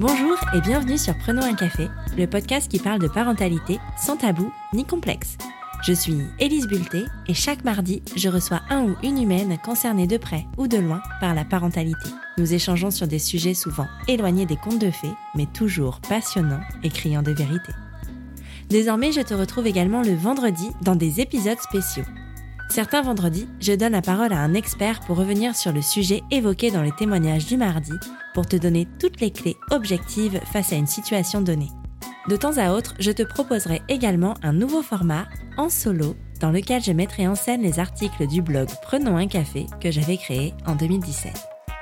Bonjour et bienvenue sur Prenons un café, le podcast qui parle de parentalité sans tabou ni complexe. Je suis Élise Bulté et chaque mardi, je reçois un ou une humaine concernée de près ou de loin par la parentalité. Nous échangeons sur des sujets souvent éloignés des contes de fées, mais toujours passionnants et criants de vérité. Désormais, je te retrouve également le vendredi dans des épisodes spéciaux. Certains vendredis, je donne la parole à un expert pour revenir sur le sujet évoqué dans les témoignages du mardi pour te donner toutes les clés objectives face à une situation donnée. De temps à autre, je te proposerai également un nouveau format en solo dans lequel je mettrai en scène les articles du blog Prenons un café que j'avais créé en 2017.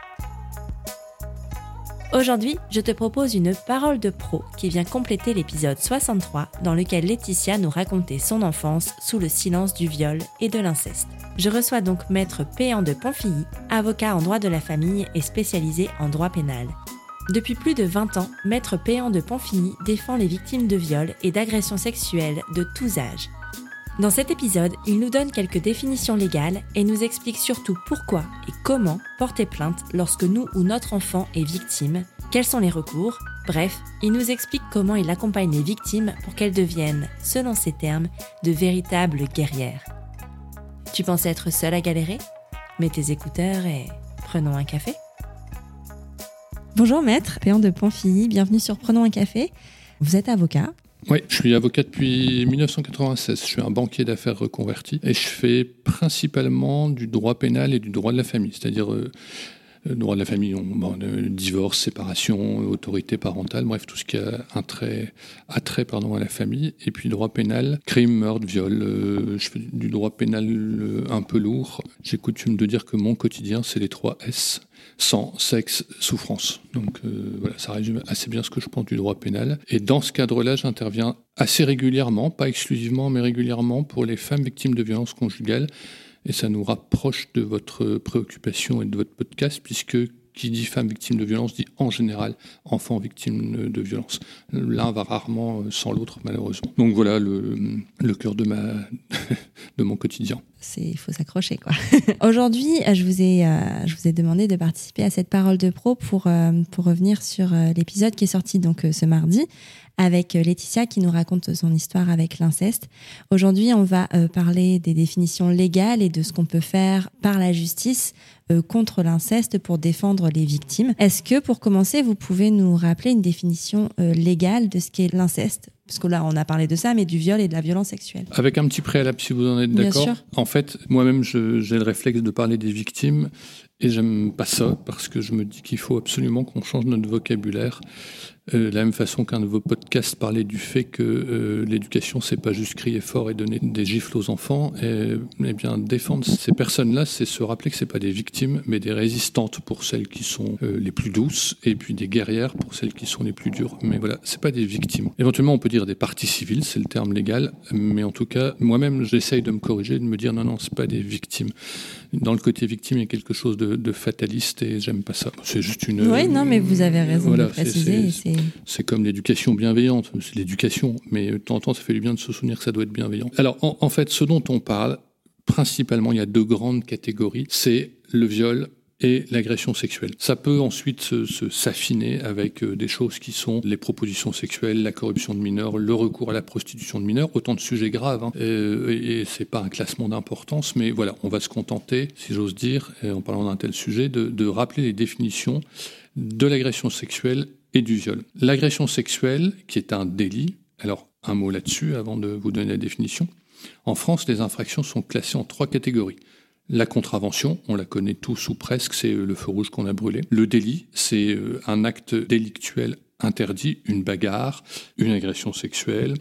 Aujourd'hui, je te propose une parole de pro qui vient compléter l'épisode 63 dans lequel Laetitia nous racontait son enfance sous le silence du viol et de l'inceste. Je reçois donc Maître Péan de Pampilly, avocat en droit de la famille et spécialisé en droit pénal. Depuis plus de 20 ans, Maître Péan de Pampilly défend les victimes de viols et d'agressions sexuelles de tous âges. Dans cet épisode, il nous donne quelques définitions légales et nous explique surtout pourquoi et comment porter plainte lorsque nous ou notre enfant est victime, quels sont les recours. Bref, il nous explique comment il accompagne les victimes pour qu'elles deviennent, selon ses termes, de véritables guerrières. Tu pensais être seule à galérer ? Mets tes écouteurs et prenons un café. Bonjour Maître Péan de Pampilly, bienvenue sur Prenons un café. Vous êtes avocat ? Oui, je suis avocat depuis 1996. Je suis un banquier d'affaires reconverti et je fais principalement du droit pénal et du droit de la famille, c'est-à-dire droit de la famille, divorce, séparation, autorité parentale, bref, tout ce qui a attrait à la famille. Et puis droit pénal, crime, meurtre, viol. Je fais du droit pénal un peu lourd. J'ai coutume de dire que mon quotidien, c'est les 3 S. Sang, sexe, souffrance. Donc voilà, ça résume assez bien ce que je pense du droit pénal. Et dans ce cadre-là, j'interviens assez régulièrement, pas exclusivement, mais régulièrement pour les femmes victimes de violences conjugales. Et ça nous rapproche de votre préoccupation et de votre podcast, puisque qui dit femme victime de violence dit en général enfant victime de violence. L'un va rarement sans l'autre, malheureusement. Donc voilà le cœur de mon quotidien. Il faut s'accrocher, quoi. Aujourd'hui, je vous ai demandé de participer à cette parole de pro pour revenir sur l'épisode qui est sorti donc ce mardi avec Laetitia qui nous raconte son histoire avec l'inceste. Aujourd'hui, on va parler des définitions légales et de ce qu'on peut faire par la justice contre l'inceste pour défendre les victimes. Est-ce que, pour commencer, vous pouvez nous rappeler une définition légale de ce qu'est l'inceste ? Parce que là, on a parlé de ça, mais du viol et de la violence sexuelle. Avec un petit préalable, si vous en êtes d'accord. Bien sûr. En fait, moi-même, j'ai le réflexe de parler des victimes et j'aime pas ça parce que je me dis qu'il faut absolument qu'on change notre vocabulaire. De la même façon qu'un de vos podcasts parlait du fait que l'éducation, c'est pas juste crier fort et donner des gifles aux enfants. Et bien, défendre ces personnes-là, c'est se rappeler que c'est pas des victimes, mais des résistantes pour celles qui sont les plus douces, et puis des guerrières pour celles qui sont les plus dures. Mais voilà, c'est pas des victimes. Éventuellement, on peut dire des parties civiles, c'est le terme légal, mais en tout cas, moi-même, j'essaye de me corriger, de me dire non, c'est pas des victimes. Dans le côté victime, il y a quelque chose de fataliste et j'aime pas ça. C'est juste une... Oui, non, mais vous avez raison de préciser. C'est comme l'éducation bienveillante, c'est l'éducation, mais de temps en temps, ça fait du bien de se souvenir que ça doit être bienveillant. Alors, en fait, ce dont on parle, principalement, il y a 2 grandes catégories, c'est le viol et l'agression sexuelle. Ça peut ensuite s'affiner avec des choses qui sont les propositions sexuelles, la corruption de mineurs, le recours à la prostitution de mineurs, autant de sujets graves. Et c'est pas un classement d'importance, mais voilà, on va se contenter, si j'ose dire, en parlant d'un tel sujet, de rappeler les définitions de l'agression sexuelle et du viol. L'agression sexuelle, qui est un délit, alors un mot là-dessus avant de vous donner la définition. En France, les infractions sont classées en 3 catégories. La contravention, on la connaît tous ou presque, c'est le feu rouge qu'on a brûlé. Le délit, c'est un acte délictuel interdit, une bagarre, une agression sexuelle,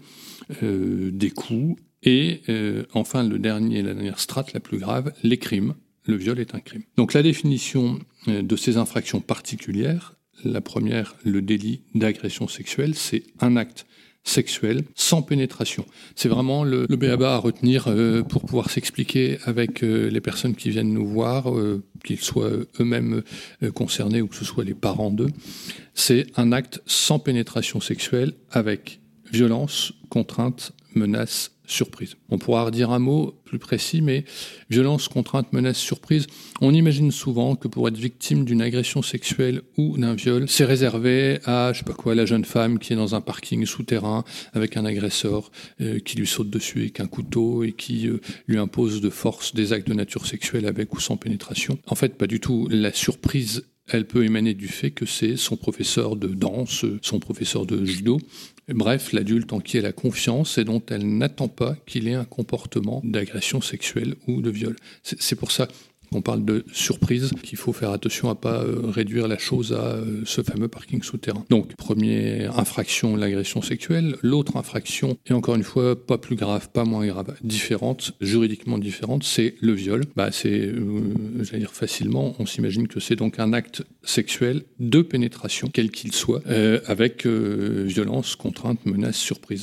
des coups. Et enfin, la dernière strate, la plus grave, les crimes. Le viol est un crime. Donc la définition de ces infractions particulières, la première, le délit d'agression sexuelle, c'est un acte sexuel sans pénétration. C'est vraiment le b.a.-ba à retenir pour pouvoir s'expliquer avec les personnes qui viennent nous voir, qu'ils soient eux-mêmes concernés ou que ce soit les parents d'eux. C'est un acte sans pénétration sexuelle avec violence, contrainte, menace, surprise. On pourra redire un mot plus précis, mais violence, contrainte, menace, surprise. On imagine souvent que pour être victime d'une agression sexuelle ou d'un viol, c'est réservé à, la jeune femme qui est dans un parking souterrain avec un agresseur qui lui saute dessus avec un couteau et qui lui impose de force des actes de nature sexuelle avec ou sans pénétration. En fait, pas du tout. La surprise, elle peut émaner du fait que c'est son professeur de danse, son professeur de judo, bref, l'adulte en qui elle a confiance et dont elle n'attend pas qu'il ait un comportement d'agression sexuelle ou de viol. C'est pour ça qu'on parle de surprise, qu'il faut faire attention à ne pas réduire la chose à ce fameux parking souterrain. Donc, première infraction, l'agression sexuelle. L'autre infraction, et encore une fois, pas plus grave, pas moins grave, différente, juridiquement différente, c'est le viol. J'allais dire facilement, on s'imagine que c'est donc un acte sexuel de pénétration, quel qu'il soit, avec violence, contrainte, menace, surprise.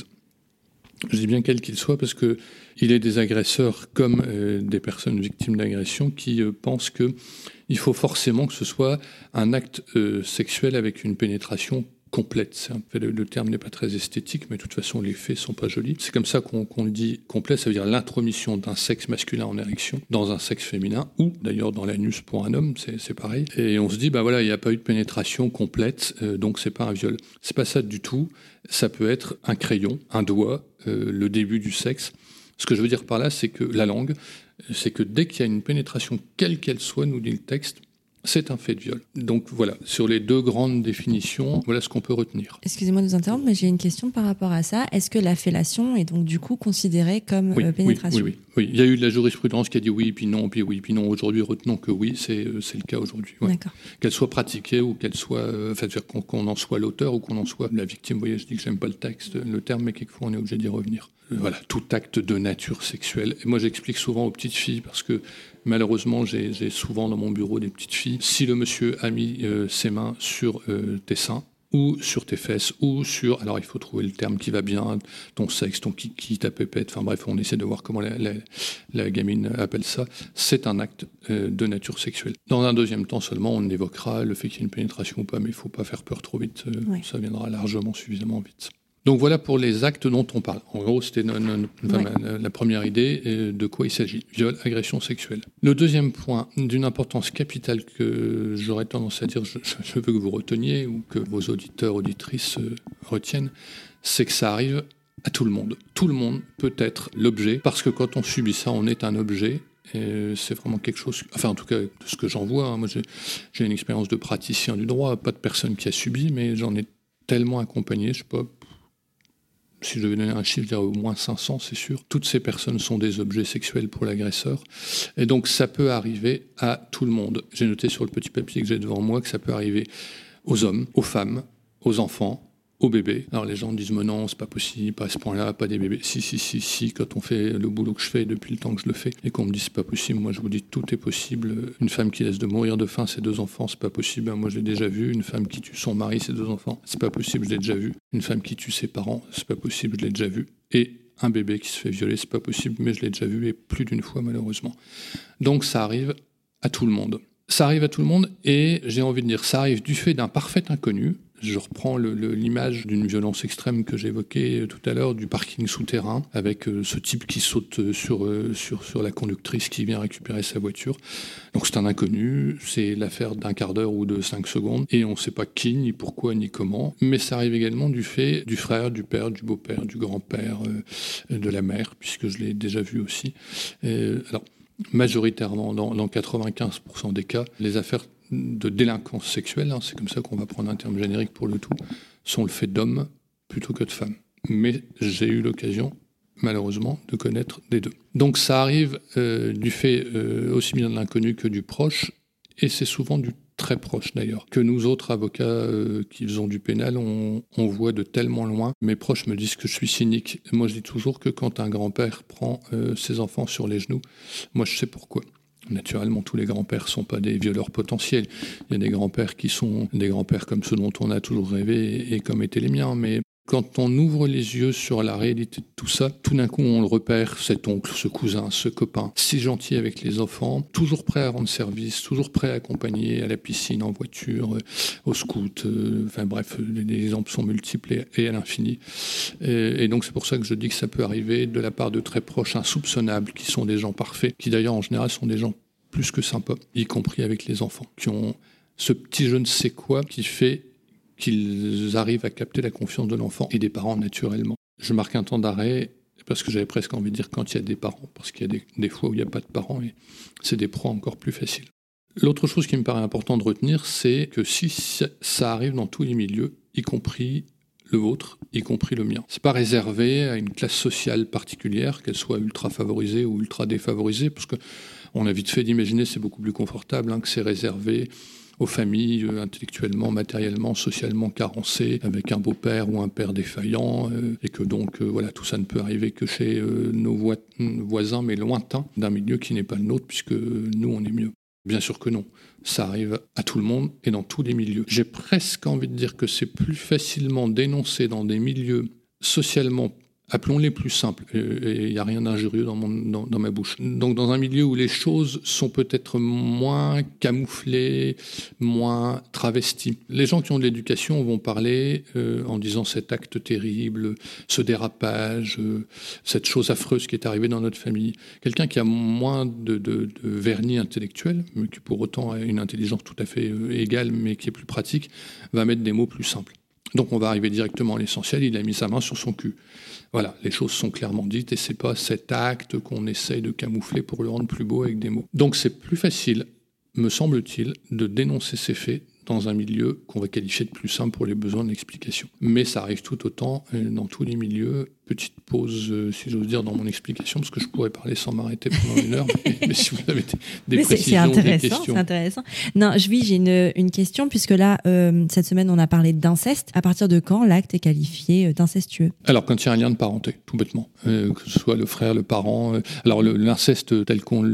Je dis bien quel qu'il soit parce que il est des agresseurs comme des personnes victimes d'agression qui pensent qu'il faut forcément que ce soit un acte sexuel avec une pénétration complète. Le terme n'est pas très esthétique, mais de toute façon, les faits sont pas jolis. C'est comme ça qu'on le dit complet, ça veut dire l'intromission d'un sexe masculin en érection dans un sexe féminin, ou d'ailleurs dans l'anus pour un homme, c'est pareil. Et on se dit, il n'y a pas eu de pénétration complète, donc c'est pas un viol. C'est pas ça du tout. Ça peut être un crayon, un doigt, le début du sexe. Ce que je veux dire par là, c'est que la langue, c'est que dès qu'il y a une pénétration, quelle qu'elle soit, nous dit le texte, c'est un fait de viol. Donc voilà, sur les deux grandes définitions, voilà ce qu'on peut retenir. Excusez-moi de vous interrompre, mais j'ai une question par rapport à ça. Est-ce que la fellation est donc du coup considérée comme pénétration ? Oui. Il y a eu de la jurisprudence qui a dit oui, puis non, puis oui, puis non. Aujourd'hui, retenons que oui, c'est le cas aujourd'hui. Ouais. D'accord. Qu'elle soit pratiquée ou qu'elle soit... qu'on en soit l'auteur ou qu'on en soit la victime. Vous voyez, je dis que j'aime pas le terme, mais quelquefois on est obligé d'y revenir. Voilà, tout acte de nature sexuelle. Et moi, j'explique souvent aux petites filles, parce que malheureusement, j'ai souvent dans mon bureau des petites filles. Si le monsieur a mis ses mains sur tes seins, ou sur tes fesses, ou sur... Alors, il faut trouver le terme qui va bien, ton sexe, ton kiki, ta pépette, enfin bref, on essaie de voir comment la gamine appelle ça. C'est un acte de nature sexuelle. Dans un deuxième temps seulement, on évoquera le fait qu'il y ait une pénétration ou pas, mais il ne faut pas faire peur trop vite, ça viendra largement, suffisamment vite. Donc voilà pour les actes dont on parle. En gros, c'était la première idée de quoi il s'agit. Viol, agression sexuelle. Le deuxième point, d'une importance capitale que j'aurais tendance à dire, je veux que vous reteniez ou que vos auditeurs, auditrices retiennent, c'est que ça arrive à tout le monde. Tout le monde peut être l'objet, parce que quand on subit ça, on est un objet. Et c'est vraiment quelque chose, enfin en tout cas de ce que j'en vois, moi j'ai une expérience de praticien du droit, pas de personne qui a subi, mais j'en ai tellement accompagné, je sais pas, si je devais donner un chiffre, je dirais au moins 500, c'est sûr. Toutes ces personnes sont des objets sexuels pour l'agresseur. Et donc, ça peut arriver à tout le monde. J'ai noté sur le petit papier que j'ai devant moi que ça peut arriver aux hommes, aux femmes, aux enfants, aux bébés. Alors, les gens disent, mais non, c'est pas possible, pas à ce point-là, pas des bébés. Si, quand on fait le boulot que je fais depuis le temps que je le fais, et qu'on me dit, c'est pas possible, moi, je vous dis, tout est possible. Une femme qui laisse de mourir de faim ses 2 enfants, c'est pas possible. Moi, je l'ai déjà vu. Une femme qui tue son mari, ses 2 enfants, c'est pas possible, je l'ai déjà vu. Une femme qui tue ses parents, c'est pas possible, je l'ai déjà vu. Et un bébé qui se fait violer, c'est pas possible, mais je l'ai déjà vu, et plus d'une fois, malheureusement. Donc, ça arrive à tout le monde. Ça arrive à tout le monde, et j'ai envie de dire, ça arrive du fait d'un parfait inconnu. Je reprends l'image d'une violence extrême que j'évoquais tout à l'heure, du parking souterrain, avec ce type qui saute sur la conductrice qui vient récupérer sa voiture. Donc c'est un inconnu, c'est l'affaire d'un quart d'heure ou de 5 secondes, et on ne sait pas qui, ni pourquoi, ni comment. Mais ça arrive également du fait du frère, du père, du beau-père, du grand-père, de la mère, puisque je l'ai déjà vu aussi. Alors, majoritairement, dans 95% des cas, les affaires de délinquance sexuelle, c'est comme ça qu'on va prendre un terme générique pour le tout, sont le fait d'hommes plutôt que de femmes. Mais j'ai eu l'occasion, malheureusement, de connaître des deux. Donc ça arrive du fait aussi bien de l'inconnu que du proche, et c'est souvent du très proche d'ailleurs, que nous autres avocats qui faisons du pénal, on voit de tellement loin. Mes proches me disent que je suis cynique. Moi je dis toujours que quand un grand-père prend ses enfants sur les genoux, moi je sais pourquoi. Naturellement, tous les grands-pères ne sont pas des violeurs potentiels. Il y a des grands-pères qui sont des grands-pères comme ceux dont on a toujours rêvé et comme étaient les miens. Mais Quand on ouvre les yeux sur la réalité de tout ça, tout d'un coup on le repère, cet oncle, ce cousin, ce copain, si gentil avec les enfants, toujours prêt à rendre service, toujours prêt à accompagner à la piscine, en voiture, au scout, enfin bref, les exemples sont multiples et à l'infini. Et donc c'est pour ça que je dis que ça peut arriver de la part de très proches insoupçonnables, qui sont des gens parfaits, qui d'ailleurs en général sont des gens plus que sympas, y compris avec les enfants, qui ont ce petit je ne sais quoi qui fait qu'ils arrivent à capter la confiance de l'enfant et des parents naturellement. Je marque un temps d'arrêt parce que j'avais presque envie de dire quand il y a des parents, parce qu'il y a des fois où il n'y a pas de parents et c'est des proies encore plus faciles. L'autre chose qui me paraît important de retenir, c'est que si ça arrive dans tous les milieux, y compris le vôtre, y compris le mien. C'est pas réservé à une classe sociale particulière, qu'elle soit ultra favorisée ou ultra défavorisée, parce que on a vite fait d'imaginer, c'est beaucoup plus confortable, que c'est réservé aux familles intellectuellement, matériellement, socialement carencées, avec un beau-père ou un père défaillant, et que donc voilà, tout ça ne peut arriver que chez nos voisins, mais lointains, d'un milieu qui n'est pas le nôtre, puisque nous, on est mieux. Bien sûr que non. Ça arrive à tout le monde et dans tous les milieux. J'ai presque envie de dire que c'est plus facilement dénoncé dans des milieux socialement, appelons-les plus simples, et il n'y a rien d'injurieux dans ma bouche. Donc dans un milieu où les choses sont peut-être moins camouflées, moins travesties. Les gens qui ont de l'éducation vont parler en disant cet acte terrible, ce dérapage, cette chose affreuse qui est arrivée dans notre famille. Quelqu'un qui a moins de vernis intellectuel, mais qui pour autant a une intelligence tout à fait égale, mais qui est plus pratique, va mettre des mots plus simples. Donc on va arriver directement à l'essentiel, il a mis sa main sur son cul. Voilà, les choses sont clairement dites et c'est pas cet acte qu'on essaye de camoufler pour le rendre plus beau avec des mots. Donc c'est plus facile, me semble-t-il, de dénoncer ces faits dans un milieu qu'on va qualifier de plus simple pour les besoins de l'explication. Mais ça arrive tout autant dans tous les milieux. Petite pause, si j'ose dire, dans mon explication, parce que je pourrais parler sans m'arrêter pendant une heure, mais si vous avez des précisions, des questions. C'est intéressant. Non, j'ai une question, puisque là, cette semaine, on a parlé d'inceste. À partir de quand l'acte est qualifié d'incestueux ? Alors, quand il y a un lien de parenté, tout bêtement, que ce soit le frère, le parent. Alors, l'inceste tel qu'on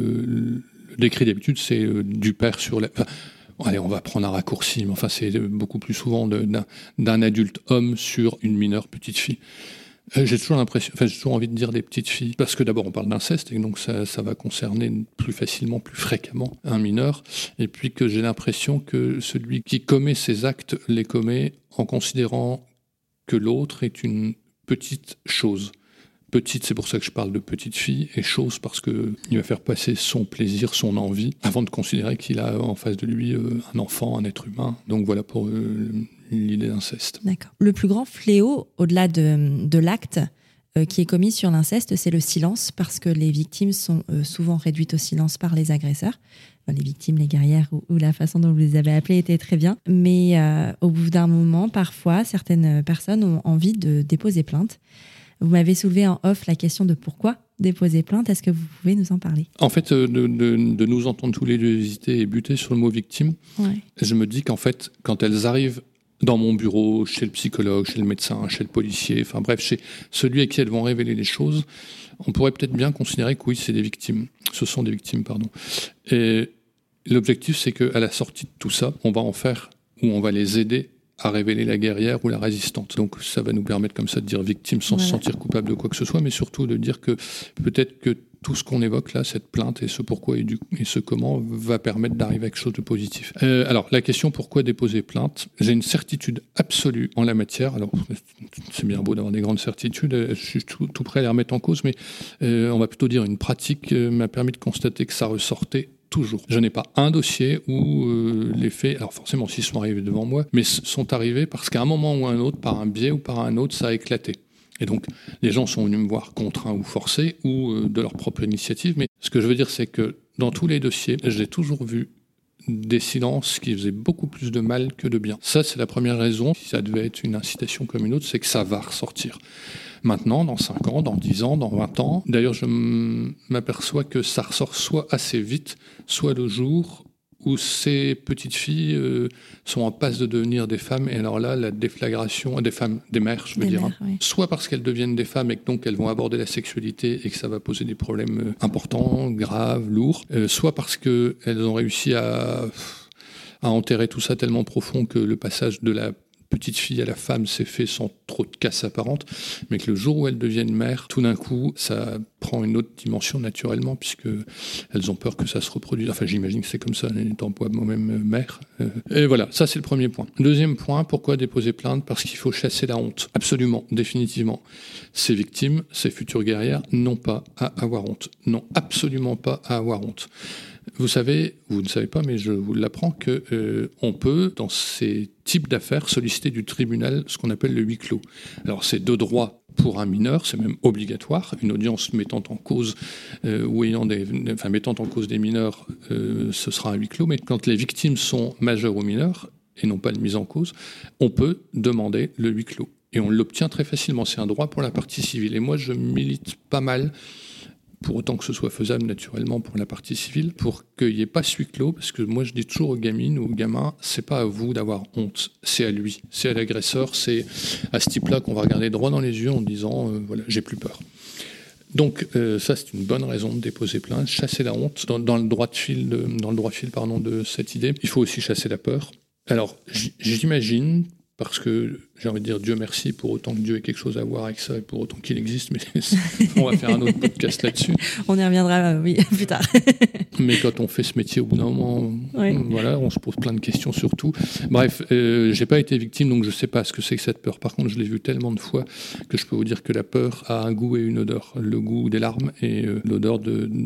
le décrit d'habitude, c'est du père sur la... Allez, on va prendre un raccourci, mais enfin, c'est beaucoup plus souvent d'un adulte homme sur une mineure petite fille. J'ai toujours envie de dire des petites filles, parce que d'abord on parle d'inceste, et donc ça va concerner plus facilement, plus fréquemment un mineur, et puis que j'ai l'impression que celui qui commet ces actes les commet en considérant que l'autre est une petite chose. Petite, c'est pour ça que je parle de petite fille, et chose parce qu'il va faire passer son plaisir, son envie, avant de considérer qu'il a en face de lui un enfant, un être humain. Donc voilà pour l'idée d'inceste. D'accord. Le plus grand fléau, au-delà de l'acte qui est commis sur l'inceste, c'est le silence, parce que les victimes sont souvent réduites au silence par les agresseurs. Les victimes, les guerrières, ou la façon dont vous les avez appelées était très bien. Mais au bout d'un moment, parfois, certaines personnes ont envie de déposer plainte. Vous m'avez soulevé en off la question de pourquoi déposer plainte. Est-ce que vous pouvez nous en parler ? En fait, de nous entendre tous les deux hésiter et buter sur le mot victime, je me dis qu'en fait, quand elles arrivent dans mon bureau, chez le psychologue, chez le médecin, chez le policier, enfin bref, chez celui à qui elles vont révéler les choses, on pourrait peut-être bien considérer que oui, c'est des victimes. Ce sont des victimes, pardon. Et l'objectif, c'est qu'à la sortie de tout ça, on va en faire, ou on va les aider à révéler la guerrière ou la résistante. Donc ça va nous permettre comme ça de dire victime sans se sentir coupable de quoi que ce soit, mais surtout de dire que peut-être que tout ce qu'on évoque là, cette plainte et ce pourquoi et ce comment, va permettre d'arriver à quelque chose de positif. Alors la question pourquoi déposer plainte, j'ai une certitude absolue en la matière. Alors c'est bien beau d'avoir des grandes certitudes, je suis tout prêt à les remettre en cause, mais on va plutôt dire une pratique m'a permis de constater que ça ressortait toujours. Je n'ai pas un dossier où les faits, alors forcément s'ils sont arrivés devant moi, mais sont arrivés parce qu'à un moment ou un autre, par un biais ou par un autre, ça a éclaté. Et donc, les gens sont venus me voir contraints ou forcés ou de leur propre initiative. Mais ce que je veux dire, c'est que dans tous les dossiers, j'ai toujours vu des silences qui faisaient beaucoup plus de mal que de bien. Ça, c'est la première raison. Si ça devait être une incitation comme une autre, c'est que ça va ressortir. Maintenant, dans 5 ans, dans 10 ans, dans 20 ans. D'ailleurs, je m'aperçois que ça ressort soit assez vite, soit le jour où ces petites filles sont en passe de devenir des femmes. Et alors là, la déflagration des femmes, des mères, je veux dire. Oui. Soit parce qu'elles deviennent des femmes et que donc elles vont aborder la sexualité et que ça va poser des problèmes importants, graves, lourds. Soit parce qu'elles ont réussi à enterrer tout ça tellement profond que le passage de la petite fille à la femme s'est fait sans trop de casse apparente, mais que le jour où elles deviennent mères, tout d'un coup, ça prend une autre dimension naturellement, puisqu'elles ont peur que ça se reproduise. Enfin, j'imagine que c'est comme ça, étant moi-même mère. Et voilà, ça c'est le premier point. Deuxième point, pourquoi déposer plainte ? Parce qu'il faut chasser la honte. Absolument, définitivement. Ces victimes, ces futures guerrières, n'ont pas à avoir honte. N'ont absolument pas à avoir honte. Vous savez, vous ne savez pas, mais je vous l'apprends, qu'on peut, dans ces types d'affaires, solliciter du tribunal ce qu'on appelle le huis clos. Alors, c'est de droit pour un mineur, c'est même obligatoire. Une audience mettant en cause mettant en cause des mineurs, ce sera un huis clos. Mais quand les victimes sont majeures ou mineures, et non pas de mise en cause, on peut demander le huis clos. Et on l'obtient très facilement. C'est un droit pour la partie civile. Et moi, je milite pas mal, pour autant que ce soit faisable naturellement pour la partie civile, pour qu'il n'y ait pas ce huis clos, parce que moi je dis toujours aux gamines ou aux gamins, c'est pas à vous d'avoir honte, c'est à lui, c'est à l'agresseur, c'est à ce type-là qu'on va regarder droit dans les yeux en disant voilà, j'ai plus peur. Donc ça c'est une bonne raison de déposer plainte, chasser la honte dans le droit fil de cette idée. Il faut aussi chasser la peur. Alors j'imagine, parce que j'ai envie de dire Dieu merci, pour autant que Dieu ait quelque chose à voir avec ça et pour autant qu'il existe, mais on va faire un autre podcast là-dessus. On y reviendra, oui, plus tard. Mais quand on fait ce métier, au bout d'un moment, voilà, on se pose plein de questions sur tout. Bref, j'ai pas été victime, donc je sais pas ce que c'est que cette peur. Par contre, je l'ai vu tellement de fois que je peux vous dire que la peur a un goût et une odeur. Le goût des larmes et l'odeur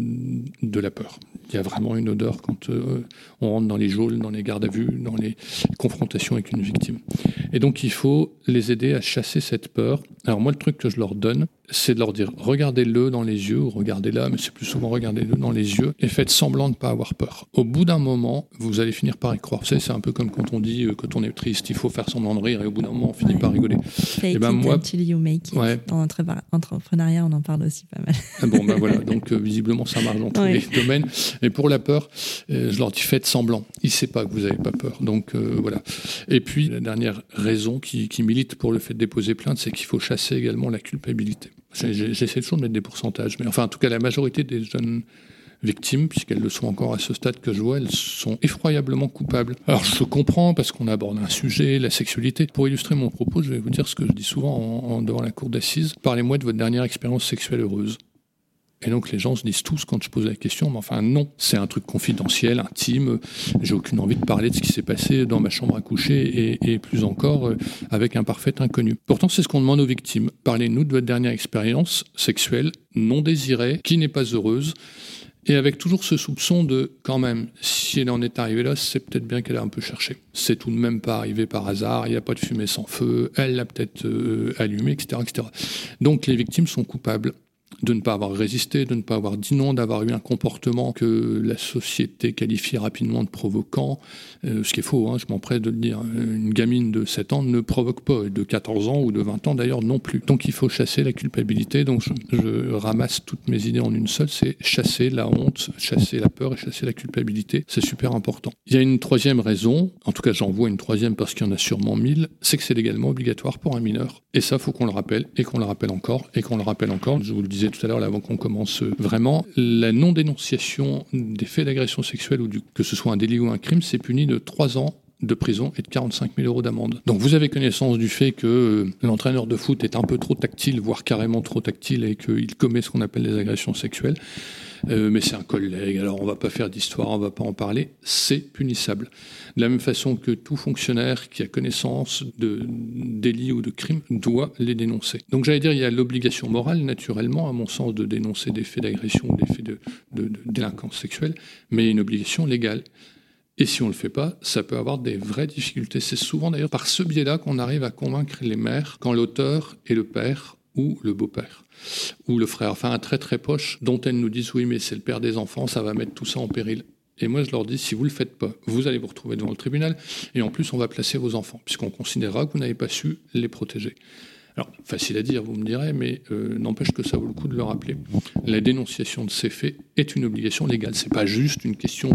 de la peur. Il y a vraiment une odeur quand on rentre dans les geôles, dans les gardes à vue, dans les confrontations avec une victime. Et donc, il faut les aider à chasser cette peur. Alors moi, le truc que je leur donne, c'est de leur dire « regardez-le dans les yeux » ou « regardez-la », mais c'est plus souvent « regardez-le dans les yeux » et faites semblant de ne pas avoir peur. Au bout d'un moment, vous allez finir par y croire. Vous savez, c'est un peu comme quand on dit quand on est triste, il faut faire semblant de rire et au bout d'un moment, on finit par rigoler. Fake it until you make it. Ouais. Dans l'entrepreneuriat, on en parle aussi pas mal. Bon, ben voilà, donc visiblement, ça marche dans tous les domaines. Et pour la peur, je leur dis faites semblant. Il ne sait pas que vous n'avez pas peur. Donc voilà. Et puis, la dernière raison qui milite pour le fait de déposer plainte, c'est qu'il faut chasser également la culpabilité. J'essaie toujours de mettre des pourcentages, mais enfin, en tout cas, la majorité des jeunes victimes, puisqu'elles le sont encore à ce stade que je vois, elles sont effroyablement coupables. Alors, je comprends, parce qu'on aborde un sujet, la sexualité. Pour illustrer mon propos, je vais vous dire ce que je dis souvent devant la cour d'assises. Parlez-moi de votre dernière expérience sexuelle heureuse. Et donc les gens se disent tous quand je pose la question, mais enfin non, c'est un truc confidentiel, intime, j'ai aucune envie de parler de ce qui s'est passé dans ma chambre à coucher et plus encore avec un parfait inconnu. Pourtant c'est ce qu'on demande aux victimes. Parlez-nous de votre dernière expérience sexuelle non désirée, qui n'est pas heureuse, et avec toujours ce soupçon de, quand même, si elle en est arrivée là, c'est peut-être bien qu'elle a un peu cherché. C'est tout de même pas arrivé par hasard, il n'y a pas de fumée sans feu, elle l'a peut-être allumé, etc., etc. Donc les victimes sont coupables de ne pas avoir résisté, de ne pas avoir dit non, d'avoir eu un comportement que la société qualifie rapidement de provoquant, ce qui est faux, je m'empresse de le dire. Une gamine de 7 ans ne provoque pas, de 14 ans ou de 20 ans d'ailleurs non plus. Donc il faut chasser la culpabilité, donc je ramasse toutes mes idées en une seule, c'est chasser la honte, chasser la peur et chasser la culpabilité, c'est super important. Il y a une troisième raison, en tout cas j'en vois une troisième parce qu'il y en a sûrement 1000, c'est que c'est légalement obligatoire pour un mineur. Et ça, faut qu'on le rappelle, et qu'on le rappelle encore, et qu'on le rappelle encore. Je vous le disais tout à l'heure, là, avant qu'on commence vraiment, la non-dénonciation des faits d'agression sexuelle, ou que ce soit un délit ou un crime, c'est puni de 3 ans de prison et de 45 000 € d'amende. Donc vous avez connaissance du fait que l'entraîneur de foot est un peu trop tactile, voire carrément trop tactile, et qu'il commet ce qu'on appelle des agressions sexuelles. Mais c'est un collègue, alors on ne va pas faire d'histoire, on ne va pas en parler, c'est punissable. De la même façon que tout fonctionnaire qui a connaissance de délits ou de crimes doit les dénoncer. Donc j'allais dire, il y a l'obligation morale, naturellement, à mon sens, de dénoncer des faits d'agression ou des faits de délinquance sexuelle, mais il y a une obligation légale. Et si on ne le fait pas, ça peut avoir des vraies difficultés. C'est souvent d'ailleurs par ce biais-là qu'on arrive à convaincre les mères quand l'auteur est le père ou le beau-père, ou le frère, enfin un très très proche, dont elles nous disent « oui, mais c'est le père des enfants, ça va mettre tout ça en péril ». Et moi, je leur dis, si vous ne le faites pas, vous allez vous retrouver devant le tribunal, et en plus, on va placer vos enfants, puisqu'on considérera que vous n'avez pas su les protéger. Alors, facile à dire, vous me direz, mais n'empêche que ça vaut le coup de le rappeler. La dénonciation de ces faits est une obligation légale. C'est pas juste une question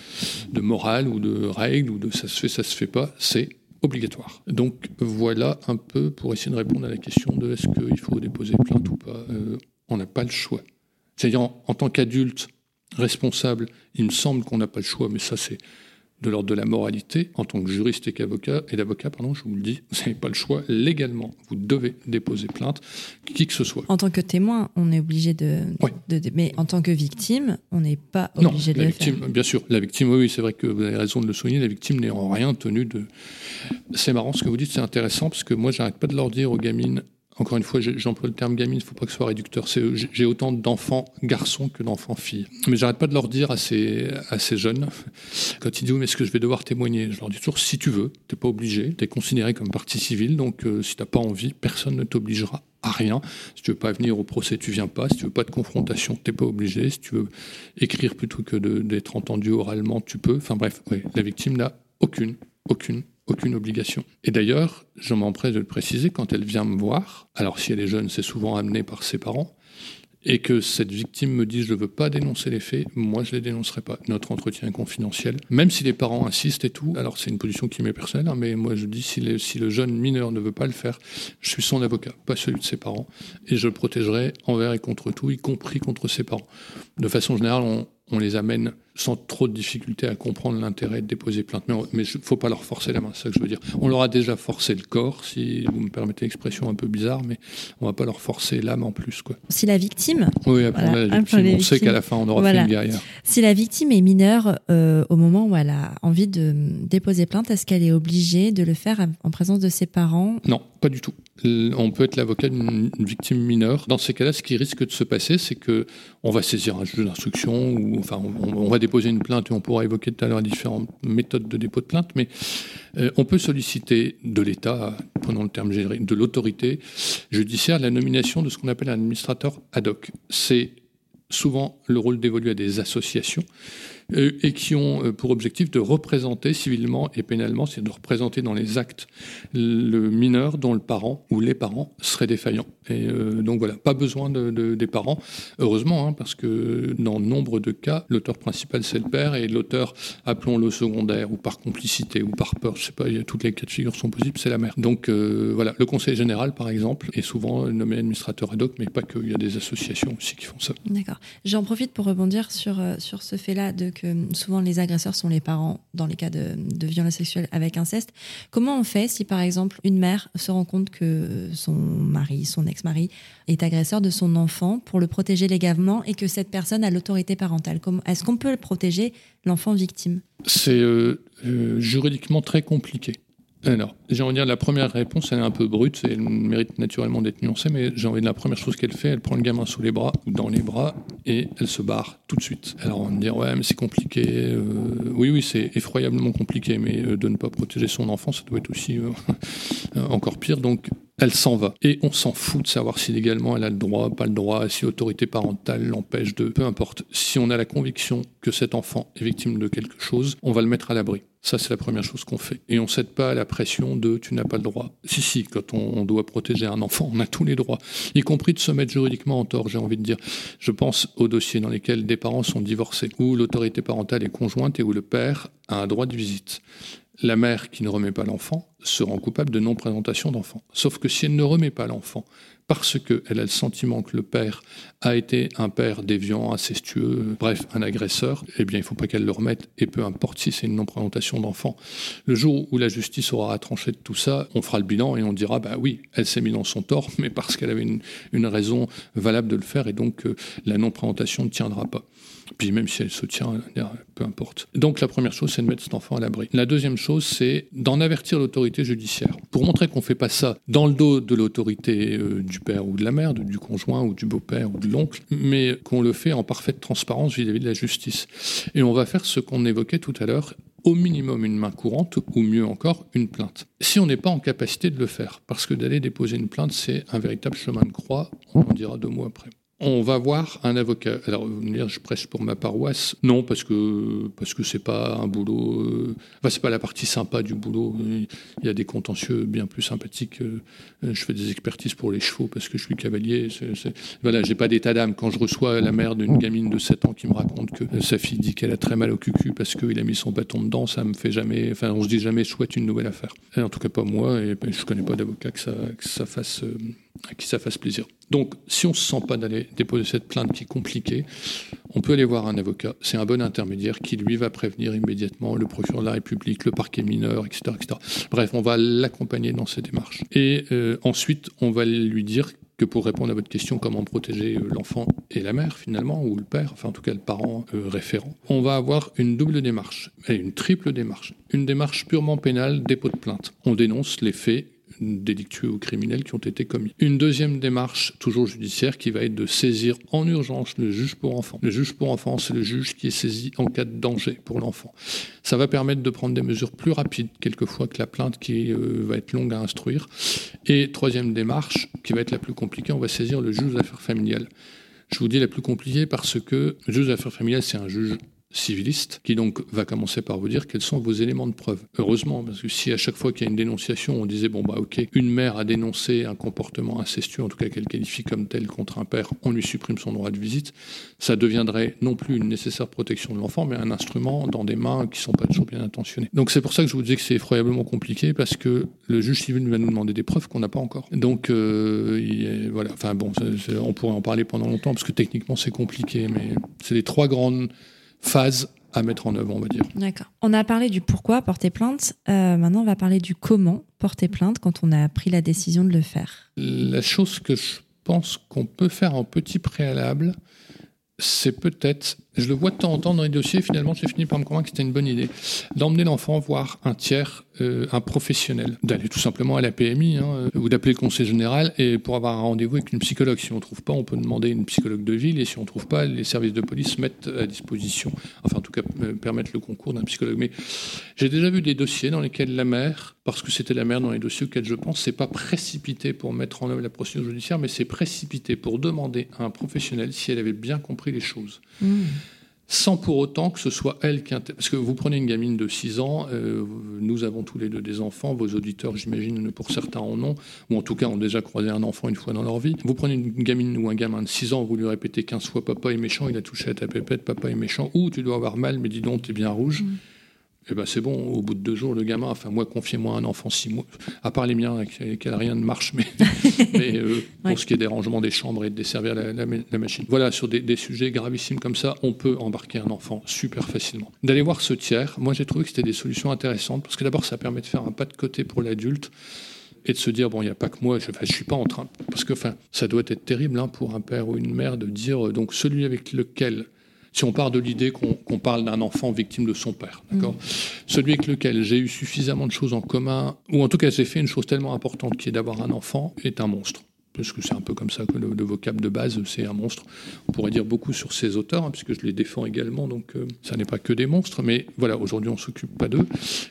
de morale ou de règle, ou de ça se fait pas, c'est obligatoire. Donc voilà un peu pour essayer de répondre à la question de est-ce qu'il faut déposer plainte ou pas. On n'a pas le choix. C'est-à-dire en tant qu'adulte responsable, il me semble qu'on n'a pas le choix, mais ça c'est de l'ordre de la moralité, en tant que juriste et d'avocat, je vous le dis, vous n'avez pas le choix. Légalement, vous devez déposer plainte, qui que ce soit. En tant que témoin, on est obligé mais en tant que victime, on n'est pas obligé de le faire. Bien sûr, la victime, oui, c'est vrai que vous avez raison de le souligner, la victime n'est en rien tenue de... C'est marrant ce que vous dites, c'est intéressant, parce que moi, j'arrête pas de leur dire aux gamines. Encore une fois, j'emploie le terme gamine, il ne faut pas que ce soit réducteur. J'ai autant d'enfants garçons que d'enfants filles. Mais j'arrête pas de leur dire à ces jeunes, quand ils disent « mais est-ce que je vais devoir témoigner ?» Je leur dis toujours « si tu veux, tu n'es pas obligé, tu es considéré comme partie civile, donc si tu n'as pas envie, personne ne t'obligera à rien. Si tu veux pas venir au procès, tu viens pas. Si tu veux pas de confrontation, tu n'es pas obligé. Si tu veux écrire plutôt que d'être entendu oralement, tu peux. » Enfin bref, oui, la victime n'a aucune obligation. Et d'ailleurs, je m'empresse de le préciser, quand elle vient me voir, alors si elle est jeune, c'est souvent amené par ses parents, et que cette victime me dit « je ne veux pas dénoncer les faits », moi je ne les dénoncerai pas. Notre entretien est confidentiel. Même si les parents insistent et tout, alors c'est une position qui m'est personnelle, mais moi je dis si le jeune mineur ne veut pas le faire, je suis son avocat, pas celui de ses parents, et je le protégerai envers et contre tout, y compris contre ses parents. De façon générale, on les amène sans trop de difficulté à comprendre l'intérêt de déposer plainte. Mais il ne faut pas leur forcer la main, c'est ça que je veux dire. On leur a déjà forcé le corps, si vous me permettez l'expression un peu bizarre, mais on ne va pas leur forcer l'âme en plus, quoi. Si la victime... Oui, après la victime, on sait qu'à la fin, on aura fait une guerrière. Si la victime est mineure, au moment où elle a envie de déposer plainte, est-ce qu'elle est obligée de le faire en présence de ses parents ? Non, pas du tout. On peut être l'avocat d'une victime mineure. Dans ces cas-là, ce qui risque de se passer, c'est qu'on va saisir un juge d'instruction, ou enfin, on va déposer une plainte, et on pourra évoquer tout à l'heure différentes méthodes de dépôt de plainte, mais on peut solliciter de l'État, prenons le terme générique, de l'autorité judiciaire, la nomination de ce qu'on appelle un administrateur ad hoc. C'est souvent le rôle dévolu à des associations et qui ont pour objectif de représenter civilement et pénalement, c'est de représenter dans les actes le mineur dont le parent ou les parents seraient défaillants. Et donc voilà, pas besoin des parents, heureusement, parce que dans nombre de cas, l'auteur principal c'est le père, et l'auteur, appelons-le secondaire, ou par complicité, ou par peur, je sais pas, toutes les cas de figure sont possibles, c'est la mère. Donc voilà, le conseil général par exemple est souvent nommé administrateur ad hoc, mais pas que, il y a des associations aussi qui font ça. D'accord. J'en profite pour rebondir sur ce fait-là que souvent les agresseurs sont les parents dans les cas de violences sexuelles avec inceste. Comment on fait si par exemple une mère se rend compte que son mari, son ex-mari est agresseur de son enfant, pour le protéger légalement, et que cette personne a l'autorité parentale? Est-ce qu'on peut protéger l'enfant victime? C'est juridiquement très compliqué. Alors, j'ai envie de dire, la première réponse, elle est un peu brute, elle mérite naturellement d'être nuancée, mais j'ai envie de dire, la première chose qu'elle fait, elle prend le gamin sous les bras, ou dans les bras, et elle se barre tout de suite. Alors, on va me dire, ouais, mais c'est compliqué. Oui, c'est effroyablement compliqué, mais de ne pas protéger son enfant, ça doit être aussi encore pire. Donc, elle s'en va. Et on s'en fout de savoir si légalement elle a le droit, pas le droit, si l'autorité parentale l'empêche de... Peu importe. Si on a la conviction que cet enfant est victime de quelque chose, on va le mettre à l'abri. Ça, c'est la première chose qu'on fait. Et on ne cède pas à la pression de « tu n'as pas le droit ». Si, quand on doit protéger un enfant, on a tous les droits, y compris de se mettre juridiquement en tort, j'ai envie de dire. Je pense aux dossiers dans lesquels des parents sont divorcés, où l'autorité parentale est conjointe et où le père a un droit de visite. La mère qui ne remet pas l'enfant se rend coupable de non-présentation d'enfant. Sauf que si elle ne remet pas l'enfant parce qu'elle a le sentiment que le père a été un père déviant, incestueux, bref, un agresseur, eh bien, il ne faut pas qu'elle le remette, et peu importe si c'est une non-présentation d'enfant. Le jour où la justice aura tranché de tout ça, on fera le bilan et on dira, bah oui, elle s'est mise dans son tort, mais parce qu'elle avait une raison valable de le faire, et donc la non-présentation ne tiendra pas. Puis même si elle se tient, peu importe. Donc la première chose, c'est de mettre cet enfant à l'abri. La deuxième chose, c'est d'en avertir l'autorité judiciaire. Pour montrer qu'on ne fait pas ça dans le dos de l'autorité du père ou de la mère, du conjoint ou du beau-père ou de l'oncle, mais qu'on le fait en parfaite transparence vis-à-vis de la justice. Et on va faire ce qu'on évoquait tout à l'heure, au minimum une main courante, ou mieux encore, une plainte. Si on n'est pas en capacité de le faire, parce que d'aller déposer une plainte, c'est un véritable chemin de croix, on en dira 2 mots après. On va voir un avocat. Alors, vous me dire, je prêche pour ma paroisse. Non, parce que c'est pas un boulot. C'est pas la partie sympa du boulot. Il y a des contentieux bien plus sympathiques. Je fais des expertises pour les chevaux parce que je suis cavalier. Voilà, j'ai pas d'état d'âme. Quand je reçois la mère d'une gamine de 7 ans qui me raconte que sa fille dit qu'elle a très mal au cucu parce qu'il a mis son bâton dedans, ça me fait jamais. Enfin, on se dit jamais, je souhaite une nouvelle affaire. Et en tout cas, pas moi. Et je connais pas d'avocat que ça fasse à qui ça fasse plaisir. Donc, si on ne se sent pas d'aller déposer cette plainte qui est compliquée, on peut aller voir un avocat. C'est un bon intermédiaire qui, lui, va prévenir immédiatement le procureur de la République, le parquet mineur, etc., etc. Bref, on va l'accompagner dans ces démarches. Et ensuite, on va lui dire que pour répondre à votre question, comment protéger l'enfant et la mère, finalement, ou le père, enfin en tout cas le parent référent, on va avoir une double démarche, et une triple démarche. Une démarche purement pénale, dépôt de plainte. On dénonce les faits délictueux ou criminels qui ont été commis. Une deuxième démarche, toujours judiciaire, qui va être de saisir en urgence le juge pour enfants. Le juge pour enfants, c'est le juge qui est saisi en cas de danger pour l'enfant. Ça va permettre de prendre des mesures plus rapides, quelquefois, que la plainte qui va être longue à instruire. Et troisième démarche, qui va être la plus compliquée, on va saisir le juge d'affaires familiales. Je vous dis la plus compliquée parce que le juge d'affaires familiales, c'est un juge civiliste, qui donc va commencer par vous dire quels sont vos éléments de preuve. Heureusement, parce que si à chaque fois qu'il y a une dénonciation, on disait, une mère a dénoncé un comportement incestueux, en tout cas qu'elle qualifie comme tel contre un père, on lui supprime son droit de visite, ça deviendrait non plus une nécessaire protection de l'enfant, mais un instrument dans des mains qui ne sont pas toujours bien intentionnées. Donc c'est pour ça que je vous disais que c'est effroyablement compliqué, parce que le juge civil va nous demander des preuves qu'on n'a pas encore. Donc voilà, on pourrait en parler pendant longtemps, parce que techniquement c'est compliqué, mais c'est les trois grandes phases à mettre en œuvre, on va dire. D'accord. On a parlé du pourquoi porter plainte. Maintenant, on va parler du comment porter plainte quand on a pris la décision de le faire. La chose que je pense qu'on peut faire en petit préalable, c'est peut-être, je le vois de temps en temps dans les dossiers, finalement j'ai fini par me convaincre que c'était une bonne idée, d'emmener l'enfant voir un tiers, un professionnel, d'aller tout simplement à la PMI, ou d'appeler le conseil général et pour avoir un rendez-vous avec une psychologue. Si on ne trouve pas, on peut demander une psychologue de ville, et si on ne trouve pas, les services de police mettent à disposition, enfin en tout cas permettent le concours d'un psychologue. Mais j'ai déjà vu des dossiers dans lesquels la mère, parce que c'était la mère dans les dossiers auxquels je pense, c'est pas précipité pour mettre en œuvre la procédure judiciaire, mais c'est précipité pour demander à un professionnel si elle avait bien compris les choses. Sans pour autant que ce soit elle qui... Parce que vous prenez une gamine de 6 ans, nous avons tous les deux des enfants, vos auditeurs, j'imagine, pour certains en ont, ou en tout cas ont déjà croisé un enfant une fois dans leur vie. Vous prenez une gamine ou un gamin de 6 ans, vous lui répétez 15 fois « papa est méchant », il a touché à ta pépette, papa est méchant, ou tu dois avoir mal, mais dis donc, t'es bien rouge. Et ben c'est bon, au bout de 2 jours, le gamin, moi, confiez-moi un enfant 6 mois, à part les miens, avec lesquels rien ne marche, mais pour ce qui est des rangements des chambres et de desservir la machine. Voilà, sur des sujets gravissimes comme ça, on peut embarquer un enfant super facilement. D'aller voir ce tiers, moi j'ai trouvé que c'était des solutions intéressantes, parce que d'abord, ça permet de faire un pas de côté pour l'adulte, et de se dire, il n'y a pas que moi, je suis pas en train... Parce que ça doit être terrible pour un père ou une mère de dire, donc celui avec lequel... Si on part de l'idée qu'on parle d'un enfant victime de son père, d'accord ? Celui avec lequel j'ai eu suffisamment de choses en commun, ou en tout cas j'ai fait une chose tellement importante qui est d'avoir un enfant, est un monstre. Parce que c'est un peu comme ça que le vocable de base, c'est un monstre. On pourrait dire beaucoup sur ces auteurs, puisque je les défends également, donc ça n'est pas que des monstres, mais voilà, aujourd'hui on ne s'occupe pas d'eux.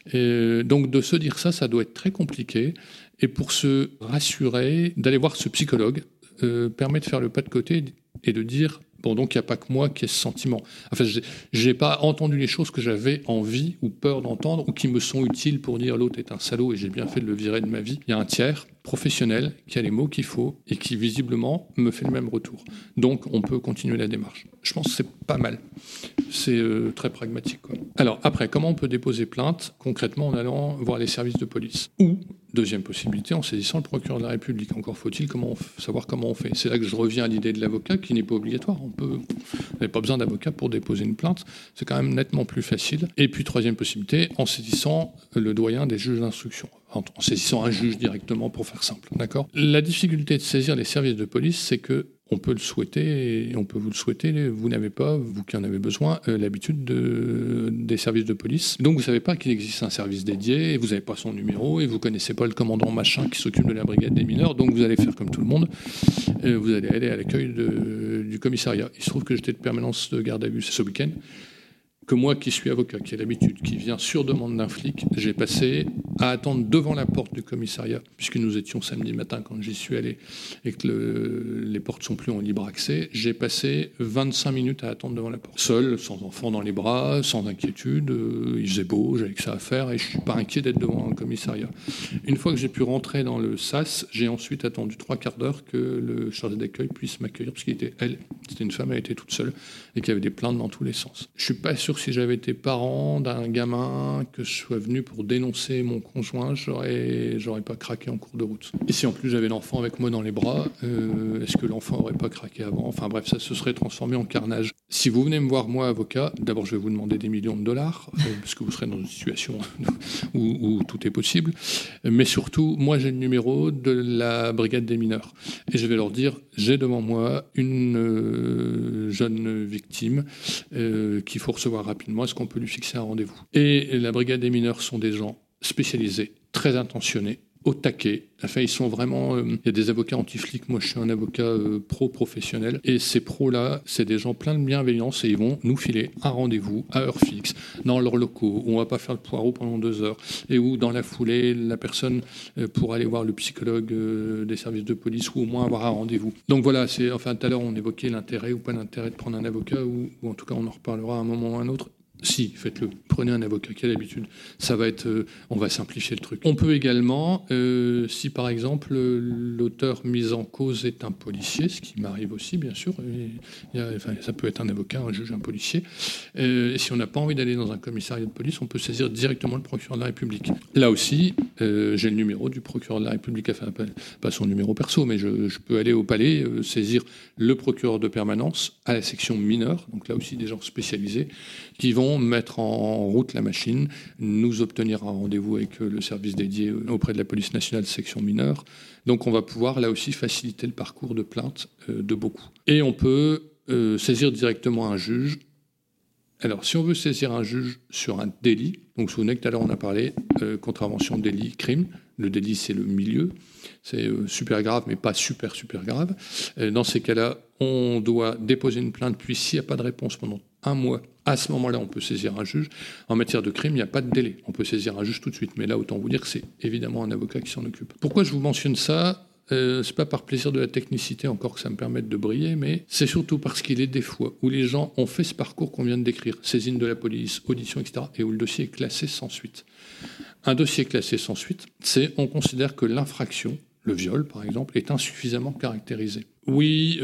Et donc de se dire ça doit être très compliqué. Et pour se rassurer, d'aller voir ce psychologue permet de faire le pas de côté et de dire... donc il n'y a pas que moi qui ai ce sentiment. Enfin, je n'ai pas entendu les choses que j'avais envie ou peur d'entendre ou qui me sont utiles pour dire l'autre est un salaud et j'ai bien fait de le virer de ma vie. Il y a un tiers professionnel qui a les mots qu'il faut et qui visiblement me fait le même retour. Donc on peut continuer la démarche. Je pense que c'est pas mal. C'est très pragmatique, quoi. Alors après, comment on peut déposer plainte concrètement en allant voir les services de police ou, deuxième possibilité, en saisissant le procureur de la République. Encore faut-il savoir comment on fait. C'est là que je reviens à l'idée de l'avocat qui n'est pas obligatoire. Vous n'avez pas besoin d'avocat pour déposer une plainte. C'est quand même nettement plus facile. Et puis troisième possibilité, en saisissant le doyen des juges d'instruction. En saisissant un juge directement pour faire simple. D'accord ? La difficulté de saisir les services de police, c'est que on peut le souhaiter, et on peut vous le souhaiter, vous n'avez pas, vous qui en avez besoin, l'habitude des services de police. Donc vous ne savez pas qu'il existe un service dédié, et vous n'avez pas son numéro, et vous ne connaissez pas le commandant machin qui s'occupe de la brigade des mineurs, donc vous allez faire comme tout le monde, vous allez aller à l'accueil du commissariat. Il se trouve que j'étais de permanence de garde à vue ce week-end, que moi qui suis avocat, qui ai l'habitude, qui vient sur demande d'un flic, j'ai passé à attendre devant la porte du commissariat, puisque nous étions samedi matin quand j'y suis allé et que les portes sont plus en libre accès, j'ai passé 25 minutes à attendre devant la porte. Seul, sans enfant dans les bras, sans inquiétude, il faisait beau, j'avais que ça à faire et je ne suis pas inquiet d'être devant un commissariat. Une fois que j'ai pu rentrer dans le SAS, j'ai ensuite attendu 3/4 d'heure que le chargé d'accueil puisse m'accueillir, parce c'était une femme, elle était toute seule et qu'il y avait des plaintes dans tous les sens. Je ne suis pas sûr sûr, si j'avais été parent d'un gamin, que je sois venu pour dénoncer mon conjoint, j'aurais pas craqué en cours de route. Et si en plus j'avais l'enfant avec moi dans les bras, est-ce que l'enfant aurait pas craqué avant? Enfin bref, ça se serait transformé en carnage. Si vous venez me voir, moi, avocat, d'abord je vais vous demander des millions de dollars, parce que vous serez dans une situation où tout est possible. Mais surtout, moi j'ai le numéro de la brigade des mineurs. Et je vais leur dire, j'ai devant moi une jeune victime qu'il faut recevoir rapidement. Est-ce qu'on peut lui fixer un rendez-vous? Et la brigade des mineurs sont des gens spécialisés, très intentionnés, au taquet. Enfin, ils sont vraiment... Il y a des avocats anti-flics. Moi, je suis un avocat pro-professionnel. Et ces pros-là, c'est des gens pleins de bienveillance et ils vont nous filer un rendez-vous à heure fixe dans leurs locaux où on va pas faire le poireau pendant 2 heures et où, dans la foulée, la personne pourra aller voir le psychologue des services de police ou au moins avoir un rendez-vous. Donc voilà, tout à l'heure, on évoquait l'intérêt ou pas l'intérêt de prendre un avocat ou en tout cas, on en reparlera à un moment ou à un autre. Si, faites-le. Prenez un avocat qui a l'habitude. Ça va être, on va simplifier le truc. On peut également, si par exemple l'auteur mis en cause est un policier, ce qui m'arrive aussi bien sûr, ça peut être un avocat, un juge, un policier. Et si on n'a pas envie d'aller dans un commissariat de police, on peut saisir directement le procureur de la République. Là aussi, j'ai le numéro du procureur de la République, enfin pas son numéro perso, mais je peux aller au palais, saisir le procureur de permanence à la section mineure. Donc là aussi des gens spécialisés qui vont mettre en route la machine, nous obtenir un rendez-vous avec le service dédié auprès de la police nationale section mineure. Donc on va pouvoir là aussi faciliter le parcours de plainte de beaucoup. Et on peut saisir directement un juge. Alors si on veut saisir un juge sur un délit, donc vous vous souvenez que tout à l'heure on a parlé contravention, délit, crime. Le délit c'est le milieu, c'est super grave mais pas super grave. Dans ces cas-là, on doit déposer une plainte, puis s'il n'y a pas de réponse pendant 1 mois, à ce moment-là, on peut saisir un juge. En matière de crime, il n'y a pas de délai. On peut saisir un juge tout de suite. Mais là, autant vous dire que c'est évidemment un avocat qui s'en occupe. Pourquoi je vous mentionne ça ? C'est pas par plaisir de la technicité, encore que ça me permette de briller, mais c'est surtout parce qu'il est des fois où les gens ont fait ce parcours qu'on vient de décrire, saisine de la police, audition, etc., et où le dossier est classé sans suite. Un dossier classé sans suite, on considère que l'infraction, le viol par exemple, est insuffisamment caractérisé. Oui,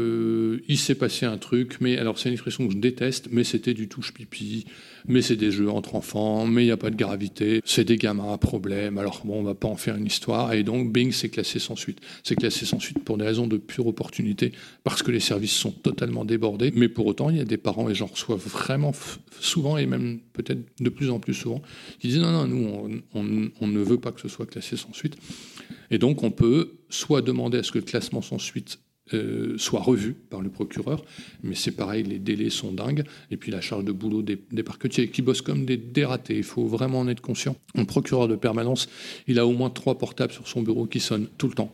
il s'est passé un truc, mais alors c'est une expression que je déteste, mais c'était du touche-pipi, mais c'est des jeux entre enfants, mais il n'y a pas de gravité, c'est des gamins à problème, alors bon, on va pas en faire une histoire, et donc bing, c'est classé sans suite. C'est classé sans suite pour des raisons de pure opportunité, parce que les services sont totalement débordés, mais pour autant, il y a des parents, et j'en reçois vraiment souvent, et même peut-être de plus en plus souvent, qui disent non, nous, on ne veut pas que ce soit classé sans suite. Et donc, on peut soit demander à ce que le classement sans suite soit revu par le procureur, mais c'est pareil, les délais sont dingues, et puis la charge de boulot des parquetiers qui bossent comme des dératés, il faut vraiment en être conscient. Un procureur de permanence, il a au moins 3 portables sur son bureau qui sonnent tout le temps.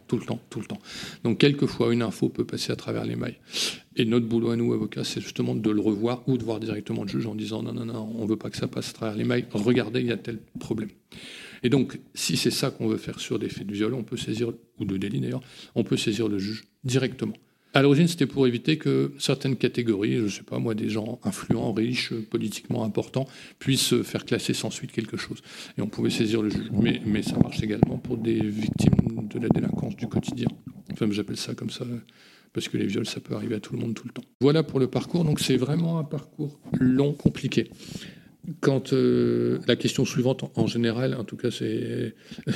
Donc quelquefois, une info peut passer à travers les mailles. Et notre boulot à nous, avocats, c'est justement de le revoir ou de voir directement le juge en disant non, on ne veut pas que ça passe à travers les mailles, regardez, il y a tel problème. Et donc, si c'est ça qu'on veut faire sur des faits de viol, on peut saisir, ou de délit d'ailleurs, on peut saisir le juge directement. À l'origine, c'était pour éviter que certaines catégories, je ne sais pas moi, des gens influents, riches, politiquement importants, puissent faire classer sans suite quelque chose. Et on pouvait saisir le juge. Mais ça marche également pour des victimes de la délinquance du quotidien. Enfin, j'appelle ça comme ça, parce que les viols, ça peut arriver à tout le monde tout le temps. Voilà pour le parcours. Donc, c'est vraiment un parcours long, compliqué. Quand la question suivante, en général, en tout cas, c'est,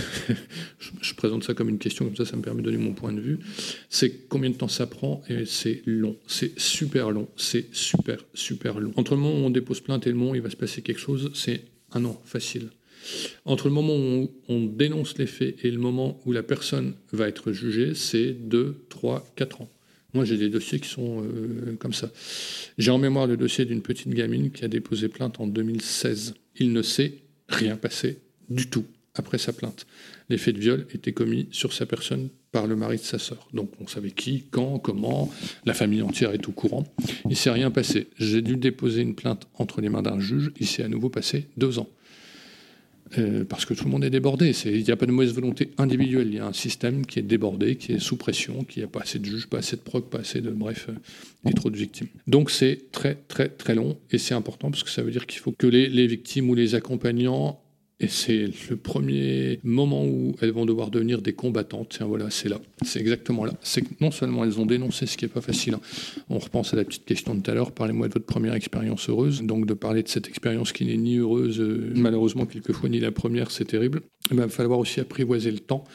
je présente ça comme une question, comme ça me permet de donner mon point de vue, c'est combien de temps ça prend, et c'est long, c'est super long, c'est super long. Entre le moment où on dépose plainte et le moment où il va se passer quelque chose, c'est 1 an, facile. Entre le moment où on dénonce les faits et le moment où la personne va être jugée, c'est 2, 3, 4 ans. Moi, j'ai des dossiers qui sont comme ça. J'ai en mémoire le dossier d'une petite gamine qui a déposé plainte en 2016. Il ne s'est rien passé du tout après sa plainte. Les faits de viol étaient commis sur sa personne par le mari de sa sœur. Donc, on savait qui, quand, comment. La famille entière est au courant. Il ne s'est rien passé. J'ai dû déposer une plainte entre les mains d'un juge. Il s'est à nouveau passé 2 ans. Parce que tout le monde est débordé. Il n'y a pas de mauvaise volonté individuelle. Il y a un système qui est débordé, qui est sous pression, qui n'a pas assez de juges, pas assez de proc, pas assez de... Bref, et trop de victimes. Donc c'est très long, et c'est important parce que ça veut dire qu'il faut que les victimes ou les accompagnants Et c'est le premier moment où elles vont devoir devenir des combattantes. Tiens, voilà, c'est là. C'est exactement là. C'est que non seulement elles ont dénoncé ce qui n'est pas facile. On repense à la petite question de tout à l'heure. Parlez-moi de votre première expérience heureuse. Donc, de parler de cette expérience qui n'est ni heureuse, malheureusement, quelquefois, ni la première, c'est terrible. Il va falloir aussi apprivoiser le temps.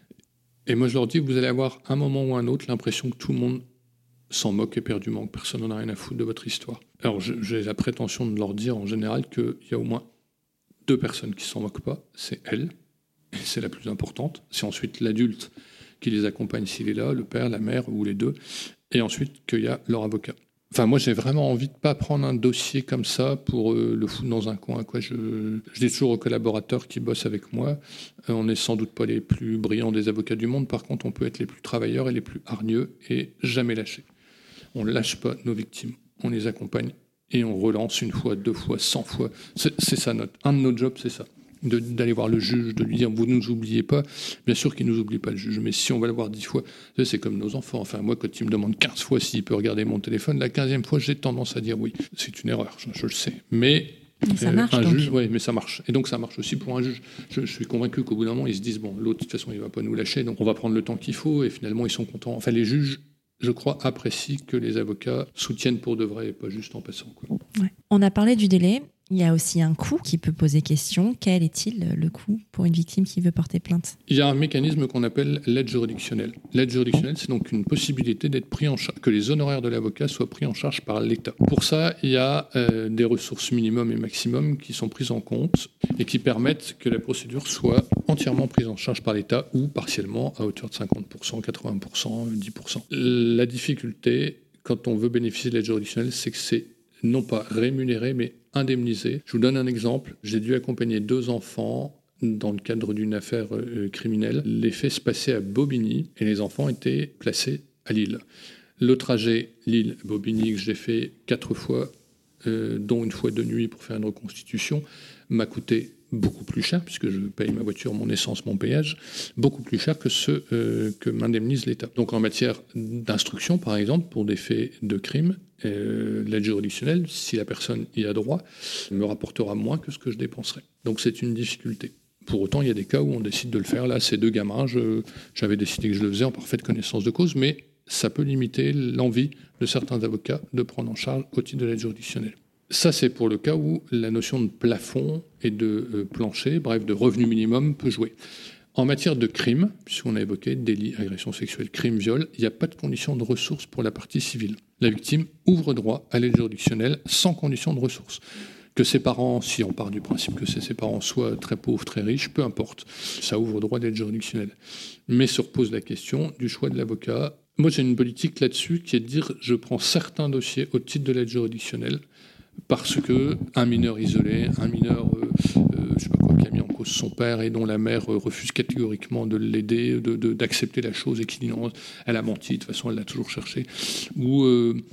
Et moi, je leur dis que vous allez avoir un moment ou un autre l'impression que tout le monde s'en moque éperdument, que personne n'en a rien à foutre de votre histoire. Alors, j'ai la prétention de leur dire en général qu'il y a au moins 2 personnes qui ne s'en moquent pas, c'est elle, et c'est la plus importante. C'est ensuite l'adulte qui les accompagne s'il est là, le père, la mère ou les deux, et ensuite qu'il y a leur avocat. Enfin, moi, j'ai vraiment envie de ne pas prendre un dossier comme ça pour le foutre dans un coin. Je dis toujours aux collaborateurs qui bossent avec moi, on n'est sans doute pas les plus brillants des avocats du monde, par contre, on peut être les plus travailleurs et les plus hargneux et jamais lâcher. On ne lâche pas nos victimes, on les accompagne. Et on relance 1 fois, 2 fois, 100 fois. C'est ça, un de nos jobs, c'est ça. D'aller voir le juge, de lui dire, vous ne nous oubliez pas. Bien sûr qu'il ne nous oublie pas, le juge, mais si on va le voir 10 fois, c'est comme nos enfants. Enfin, moi, quand il me demande 15 fois s'il peut regarder mon téléphone, la 15e fois, j'ai tendance à dire oui. C'est une erreur, je le sais. Mais ça marche, un donc. juge, oui, mais ça marche. Et donc, ça marche aussi pour un juge. Je suis convaincu qu'au bout d'un moment, ils se disent, bon, l'autre, de toute façon, il ne va pas nous lâcher, donc on va prendre le temps qu'il faut, et finalement, ils sont contents. Enfin, les juges, je crois, apprécient que les avocats soutiennent pour de vrai et pas juste en passant, quoi. Ouais. On a parlé du délai. Il y a aussi un coût qui peut poser question. Quel est-il le coût pour une victime qui veut porter plainte ? Il y a un mécanisme qu'on appelle l'aide juridictionnelle. L'aide juridictionnelle, c'est donc une possibilité d'être pris en charge, que les honoraires de l'avocat soient pris en charge par l'État. Pour ça, il y a des ressources minimum et maximum qui sont prises en compte et qui permettent que la procédure soit entièrement prise en charge par l'État ou partiellement à hauteur de 50%, 80%, 10%. La difficulté, quand on veut bénéficier de l'aide juridictionnelle, c'est que c'est non pas rémunéré, mais indemnisé. Je vous donne un exemple. J'ai dû accompagner 2 enfants dans le cadre d'une affaire criminelle. Les faits se passaient à Bobigny et les enfants étaient placés à Lille. Le trajet Lille-Bobigny que j'ai fait 4 fois, dont 1 fois de nuit pour faire une reconstitution, m'a coûté beaucoup plus cher, puisque je paye ma voiture, mon essence, mon péage, beaucoup plus cher que ce que m'indemnise l'État. Donc en matière d'instruction, par exemple, pour des faits de crime, l'aide juridictionnelle, si la personne y a droit, me rapportera moins que ce que je dépenserai. Donc c'est une difficulté. Pour autant, il y a des cas où on décide de le faire. Là, ces 2 gamins, j'avais décidé que je le faisais en parfaite connaissance de cause, mais ça peut limiter l'envie de certains avocats de prendre en charge au titre de l'aide juridictionnelle. Ça, c'est pour le cas où la notion de plafond et de plancher, bref, de revenu minimum, peut jouer. En matière de crime, puisqu'on a évoqué délit, agression sexuelle, crime, viol, il n'y a pas de condition de ressources pour la partie civile. La victime ouvre droit à l'aide juridictionnelle sans condition de ressources. Que ses parents, si on part du principe que ses parents soient très pauvres, très riches, peu importe, ça ouvre droit à l'aide juridictionnelle. Mais se repose la question du choix de l'avocat. Moi, j'ai une politique là-dessus qui est de dire je prends certains dossiers au titre de l'aide juridictionnelle parce que un mineur isolé, un mineur, je sais pas quoi, qui a mis en cause son père et dont la mère refuse catégoriquement de l'aider, d'accepter la chose et qui dit non, elle a menti, de toute façon elle l'a toujours cherché, ou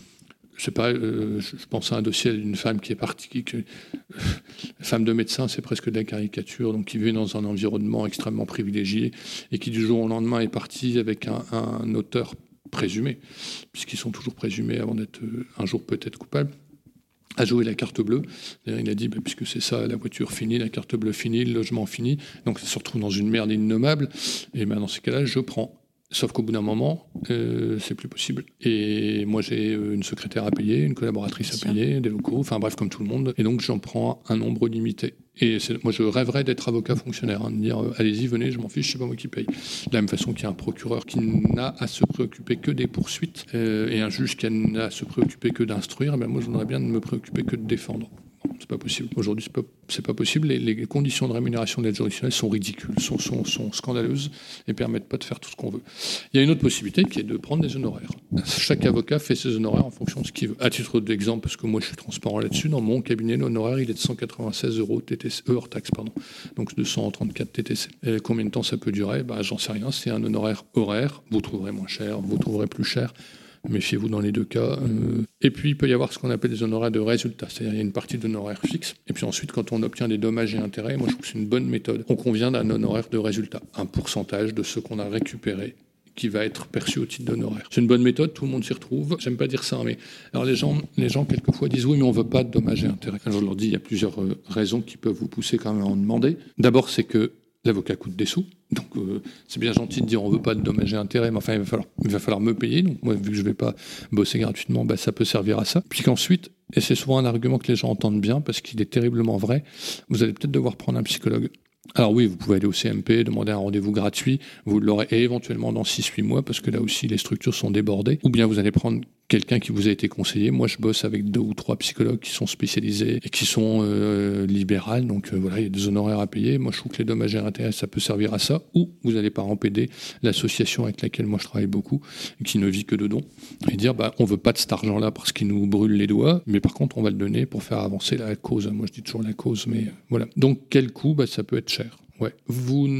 je sais pas, je pense à un dossier d'une femme qui est partie, femme de médecin, c'est presque de la caricature, donc qui vit dans un environnement extrêmement privilégié et qui du jour au lendemain est partie avec un auteur présumé, puisqu'ils sont toujours présumés avant d'être un jour peut-être coupables, a joué la carte bleue. D'ailleurs, il a dit, puisque c'est ça, la voiture finie, la carte bleue finie, le logement fini, donc ça se retrouve dans une merde innommable, et dans ces cas-là, je prends. Sauf qu'au bout d'un moment, c'est plus possible. Et moi, j'ai une secrétaire à payer, une collaboratrice à payer, des locaux, enfin bref, comme tout le monde. Et donc, j'en prends un nombre limité. Et moi, je rêverais d'être avocat fonctionnaire, de dire allez-y, venez, je m'en fiche, c'est pas moi qui paye. De la même façon qu'il y a un procureur qui n'a à se préoccuper que des poursuites et un juge qui n'a à se préoccuper que d'instruire, moi, je voudrais bien ne me préoccuper que de défendre. C'est pas possible. Aujourd'hui, c'est pas possible. Les conditions de rémunération de l'aide juridictionnelle sont ridicules, sont scandaleuses et permettent pas de faire tout ce qu'on veut. Il y a une autre possibilité qui est de prendre des honoraires. Chaque avocat fait ses honoraires en fonction de ce qu'il veut. À titre d'exemple, parce que moi je suis transparent là-dessus, dans mon cabinet, l'honoraire il est de 196 € TTC, hors taxe, donc de 134 TTC. Et combien de temps ça peut durer ? J'en sais rien. C'est un honoraire horaire. Vous trouverez moins cher, vous trouverez plus cher. Méfiez-vous dans les 2 cas. Et puis, il peut y avoir ce qu'on appelle des honoraires de résultat. C'est-à-dire, il y a une partie d'honoraires fixe. Et puis ensuite, quand on obtient des dommages et intérêts, moi, je trouve que c'est une bonne méthode. On convient d'un honoraire de résultat. Un pourcentage de ce qu'on a récupéré qui va être perçu au titre d'honoraire. C'est une bonne méthode, tout le monde s'y retrouve. J'aime pas dire ça, mais alors les gens quelquefois disent oui, mais on veut pas de dommages et intérêts. Alors je leur dis, il y a plusieurs raisons qui peuvent vous pousser quand même à en demander. D'abord, c'est que l'avocat coûte des sous, donc c'est bien gentil de dire on veut pas de dommages et intérêts, mais enfin il va falloir me payer. Donc moi, vu que je vais pas bosser gratuitement, ça peut servir à ça. Puis qu'ensuite, et c'est souvent un argument que les gens entendent bien parce qu'il est terriblement vrai, vous allez peut-être devoir prendre un psychologue. Alors oui, vous pouvez aller au CMP, demander un rendez-vous gratuit, vous l'aurez éventuellement dans 6-8 mois, parce que là aussi les structures sont débordées, ou bien vous allez prendre quelqu'un qui vous a été conseillé. Moi, je bosse avec 2 ou 3 psychologues qui sont spécialisés et qui sont libérales, donc voilà, il y a des honoraires à payer. Moi, je trouve que les dommages et intérêts, ça peut servir à ça, ou vous allez par PD, l'association avec laquelle moi je travaille beaucoup, qui ne vit que de dons, et dire on veut pas de cet argent-là parce qu'il nous brûle les doigts, mais par contre on va le donner pour faire avancer la cause. Moi je dis toujours la cause, mais voilà. Donc quel coût, ça peut être cher. Ouais. Vous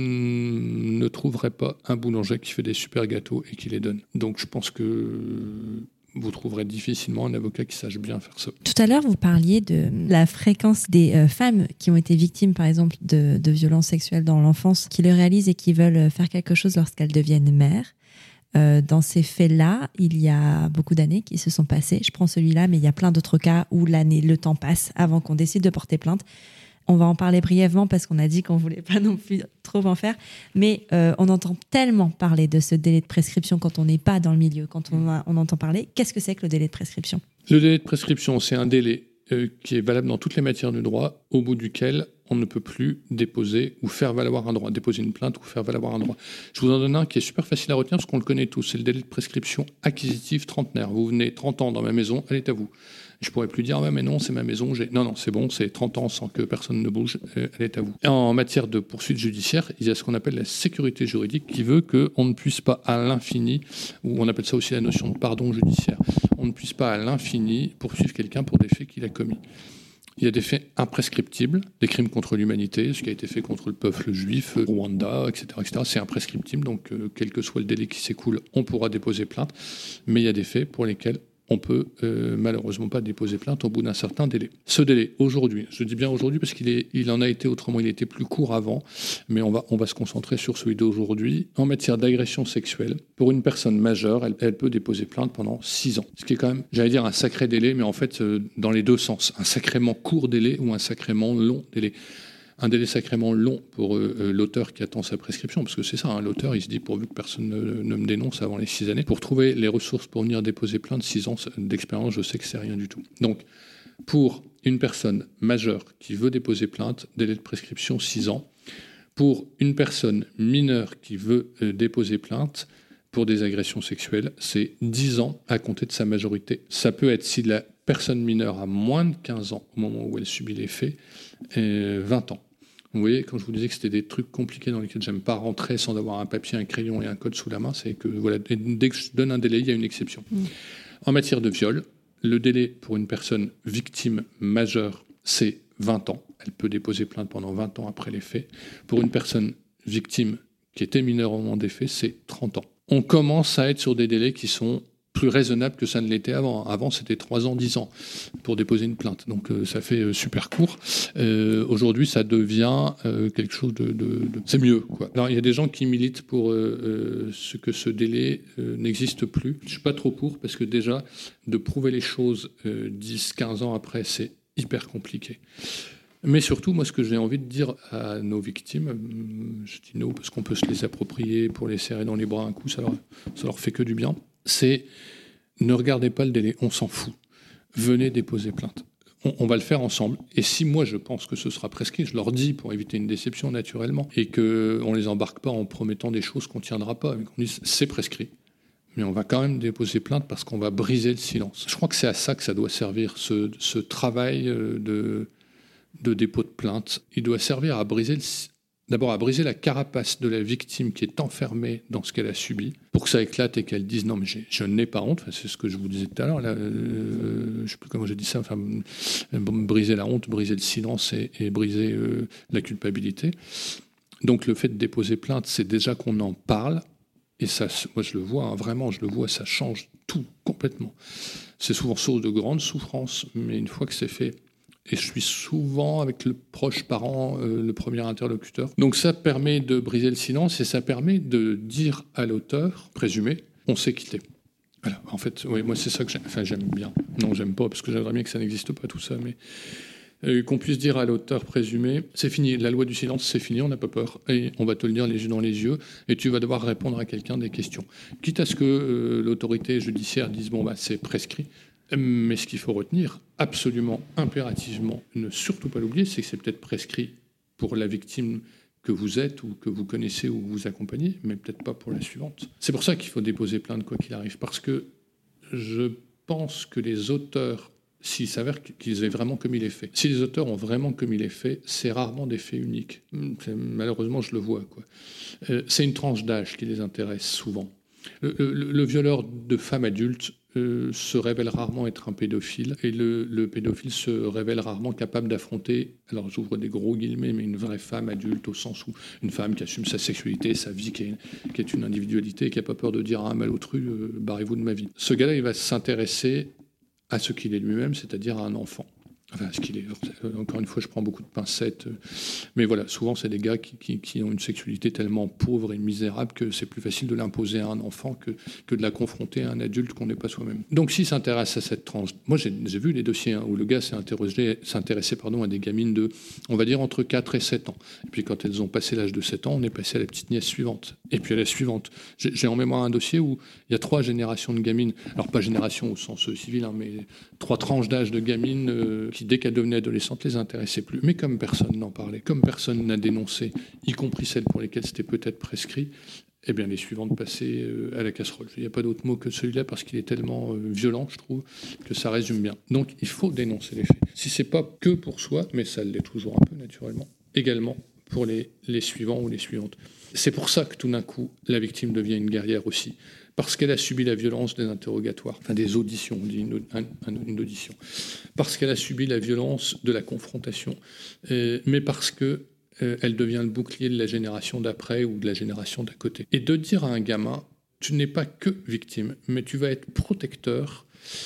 ne trouverez pas un boulanger qui fait des super gâteaux et qui les donne. Donc je pense que vous trouverez difficilement un avocat qui sache bien faire ça. Tout à l'heure, vous parliez de la fréquence des femmes qui ont été victimes, par exemple, de violences sexuelles dans l'enfance, qui le réalisent et qui veulent faire quelque chose lorsqu'elles deviennent mères. Dans ces faits-là, il y a beaucoup d'années qui se sont passées. Je prends celui-là, mais il y a plein d'autres cas où le temps passe avant qu'on décide de porter plainte. On va en parler brièvement parce qu'on a dit qu'on ne voulait pas non plus trop en faire. Mais on entend tellement parler de ce délai de prescription quand on n'est pas dans le milieu, quand on entend parler. Qu'est-ce que c'est que le délai de prescription ? Le délai de prescription, c'est un délai qui est valable dans toutes les matières du droit, au bout duquel on ne peut plus déposer ou faire valoir un droit, déposer une plainte ou faire valoir un droit. Je vous en donne un qui est super facile à retenir parce qu'on le connaît tous, c'est le délai de prescription acquisitive trentenaire. Vous venez 30 ans dans ma maison, elle est à vous. Je ne pourrais plus dire, mais non, c'est ma maison. Non, c'est bon, c'est 30 ans sans que personne ne bouge, elle est à vous. En matière de poursuite judiciaire, il y a ce qu'on appelle la sécurité juridique qui veut qu'on ne puisse pas à l'infini, ou on appelle ça aussi la notion de pardon judiciaire, on ne puisse pas à l'infini poursuivre quelqu'un pour des faits qu'il a commis. Il y a des faits imprescriptibles, des crimes contre l'humanité, ce qui a été fait contre le peuple juif, Rwanda, etc. C'est imprescriptible, donc quel que soit le délai qui s'écoule, on pourra déposer plainte. Mais il y a des faits pour lesquels on peut malheureusement pas déposer plainte au bout d'un certain délai. Ce délai, aujourd'hui, je dis bien aujourd'hui parce qu'il en a été autrement, il était plus court avant, mais on va se concentrer sur celui d'aujourd'hui. En matière d'agression sexuelle, pour une personne majeure, elle peut déposer plainte pendant 6 ans. Ce qui est quand même, j'allais dire, un sacré délai, mais en fait, dans les deux sens. Un sacrément court délai ou un sacrément long délai. Un délai sacrément long pour l'auteur qui attend sa prescription, parce que c'est ça, l'auteur, il se dit, pourvu que personne ne me dénonce avant les 6 années, pour trouver les ressources pour venir déposer plainte, 6 ans d'expérience, je sais que c'est rien du tout. Donc, pour une personne majeure qui veut déposer plainte, délai de prescription 6 ans. Pour une personne mineure qui veut déposer plainte pour des agressions sexuelles, c'est 10 ans à compter de sa majorité. Ça peut être, si la personne mineure a moins de 15 ans au moment où elle subit les faits, 20 ans. Vous voyez, quand je vous disais que c'était des trucs compliqués dans lesquels j'aime pas rentrer sans avoir un papier, un crayon et un code sous la main, c'est que voilà, dès que je donne un délai, il y a une exception. En matière de viol, le délai pour une personne victime majeure, c'est 20 ans. Elle peut déposer plainte pendant 20 ans après les faits. Pour une personne victime qui était mineure au moment des faits, c'est 30 ans. On commence à être sur des délais qui sont plus raisonnable que ça ne l'était avant. Avant, c'était 3 ans, 10 ans pour déposer une plainte. Donc, ça fait super court. Aujourd'hui, ça devient quelque chose de... C'est mieux, quoi. Alors, il y a des gens qui militent pour ce que ce délai n'existe plus. Je ne suis pas trop pour, parce que déjà, de prouver les choses 10, 15 ans après, c'est hyper compliqué. Mais surtout, moi, ce que j'ai envie de dire à nos victimes, je dis nous parce qu'on peut se les approprier pour les serrer dans les bras un coup, ça leur fait que du bien, c'est ne regardez pas le délai, on s'en fout. Venez déposer plainte. On va le faire ensemble. Et si moi, je pense que ce sera prescrit, je leur dis pour éviter une déception naturellement, et qu'on ne les embarque pas en promettant des choses qu'on ne tiendra pas, mais qu'on dise c'est prescrit. Mais on va quand même déposer plainte parce qu'on va briser le silence. Je crois que c'est à ça que ça doit servir, ce travail de dépôt de plainte. Il doit servir à briser d'abord à briser la carapace de la victime qui est enfermée dans ce qu'elle a subi, pour que ça éclate et qu'elle dise non mais je n'ai pas honte. Enfin, c'est ce que je vous disais tout à l'heure. Là, je ne sais plus comment j'ai dit ça. Enfin, briser la honte, briser le silence et briser la culpabilité. Donc le fait de déposer plainte, c'est déjà qu'on en parle. Et ça, moi je le vois, vraiment je le vois, ça change tout complètement. C'est souvent source de grande souffrance, mais une fois que c'est fait, et je suis souvent avec le proche parent, le premier interlocuteur. Donc ça permet de briser le silence et ça permet de dire à l'auteur présumé, on sait qui t'es. Voilà, en fait, oui, moi c'est ça que j'aime bien. Non, j'aime pas parce que j'aimerais bien que ça n'existe pas tout ça, mais qu'on puisse dire à l'auteur présumé, c'est fini, la loi du silence, c'est fini, on n'a pas peur, et on va te le dire les yeux dans les yeux, et tu vas devoir répondre à quelqu'un des questions. Quitte à ce que l'autorité judiciaire dise, bon, c'est prescrit, mais ce qu'il faut retenir, absolument, impérativement, ne surtout pas l'oublier, c'est que c'est peut-être prescrit pour la victime que vous êtes, ou que vous connaissez, ou vous accompagnez, mais peut-être pas pour la suivante. C'est pour ça qu'il faut déposer plainte quoi qu'il arrive, parce que je pense que les auteurs, s'il s'avère qu'ils aient vraiment commis les faits. Si les auteurs ont vraiment commis les faits, c'est rarement des faits uniques. Malheureusement, je le vois, quoi. C'est une tranche d'âge qui les intéresse souvent. Le violeur de femmes adultes se révèle rarement être un pédophile, et le pédophile se révèle rarement capable d'affronter, alors j'ouvre des gros guillemets, mais une vraie femme adulte, au sens où une femme qui assume sa sexualité, sa vie, qui est une individualité, qui n'a pas peur de dire à un malotru, barrez-vous de ma vie. Ce gars-là, il va s'intéresser à ce qu'il est lui-même, c'est-à-dire à un enfant. Enfin, ce qu'il est. Encore une fois, je prends beaucoup de pincettes, mais voilà, souvent c'est des gars qui ont une sexualité tellement pauvre et misérable que c'est plus facile de l'imposer à un enfant que de la confronter à un adulte qu'on n'est pas soi-même. Donc, s'il s'intéresse à cette tranche, moi j'ai vu les dossiers où le gars s'intéressait à des gamines de, on va dire, entre 4 et 7 ans. Et puis quand elles ont passé l'âge de 7 ans, on est passé à la petite nièce suivante. Et puis à la suivante. J'ai en mémoire un dossier où il y a 3 générations de gamines. Alors pas génération au sens civil, mais 3 tranches d'âge de gamines qui, dès qu'elles devenaient adolescentes, les intéressaient plus. Mais comme personne n'en parlait, comme personne n'a dénoncé, y compris celles pour lesquelles c'était peut-être prescrit, eh bien les suivantes passaient à la casserole. Il n'y a pas d'autre mot que celui-là parce qu'il est tellement violent, je trouve, que ça résume bien. Donc il faut dénoncer les faits. Si c'est pas que pour soi, mais ça l'est toujours un peu naturellement, également pour les suivants ou les suivantes. C'est pour ça que tout d'un coup, la victime devient une guerrière aussi. Parce qu'elle a subi la violence des interrogatoires, enfin des auditions, on dit une audition, parce qu'elle a subi la violence de la confrontation, mais parce qu'elle devient le bouclier de la génération d'après ou de la génération d'à côté. Et de dire à un gamin, tu n'es pas que victime, mais tu vas être protecteur,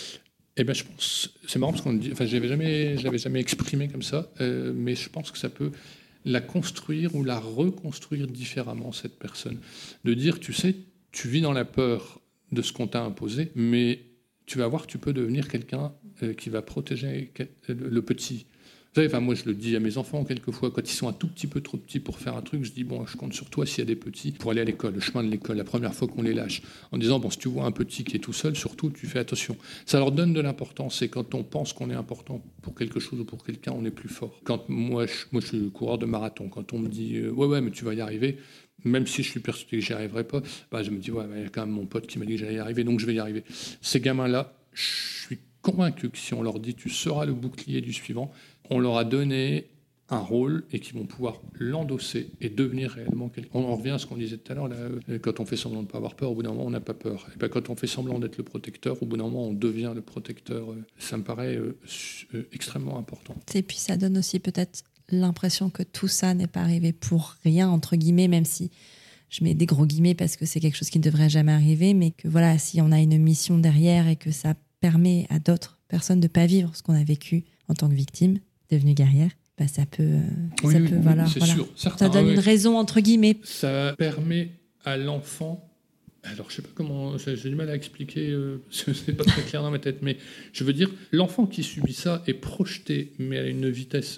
eh bien je pense, c'est marrant parce qu'on dit, enfin je l'avais jamais exprimé comme ça, mais je pense que ça peut la construire ou la reconstruire différemment, cette personne. De dire, tu sais, tu vis dans la peur de ce qu'on t'a imposé, mais tu vas voir, tu peux devenir quelqu'un qui va protéger le petit. Vous savez, enfin, moi, je le dis à mes enfants quelquefois, quand ils sont un tout petit peu trop petits pour faire un truc, je dis, bon, je compte sur toi s'il y a des petits pour aller à l'école, le chemin de l'école, la première fois qu'on les lâche, en disant, bon, si tu vois un petit qui est tout seul, surtout, tu fais attention. Ça leur donne de l'importance, et quand on pense qu'on est important pour quelque chose ou pour quelqu'un, on est plus fort. Quand moi, je suis coureur de marathon, quand on me dit, ouais, mais tu vas y arriver, même si je suis persuadé que j'y arriverai pas, je me dis, ouais, il y a quand même mon pote qui m'a dit que j'allais y arriver, donc je vais y arriver. Ces gamins-là, je suis convaincu que si on leur dit, tu seras le bouclier du suivant, on leur a donné un rôle et qu'ils vont pouvoir l'endosser et devenir réellement quelqu'un. On revient à ce qu'on disait tout à l'heure, là, quand on fait semblant de ne pas avoir peur, au bout d'un moment, on n'a pas peur. Et bien, quand on fait semblant d'être le protecteur, au bout d'un moment, on devient le protecteur. Ça me paraît extrêmement important. Et puis, ça donne aussi peut-être l'impression que tout ça n'est pas arrivé pour rien, entre guillemets, même si je mets des gros guillemets parce que c'est quelque chose qui ne devrait jamais arriver, mais que voilà, si on a une mission derrière et que ça permet à d'autres personnes de ne pas vivre ce qu'on a vécu en tant que victime, devenue guerrière, ça peut voilà, sûr, ça donne une raison, entre guillemets. Ça permet à l'enfant, alors je sais pas comment, j'ai du mal à expliquer, c'est pas très clair dans ma tête, mais je veux dire, l'enfant qui subit ça est projeté, mais à une vitesse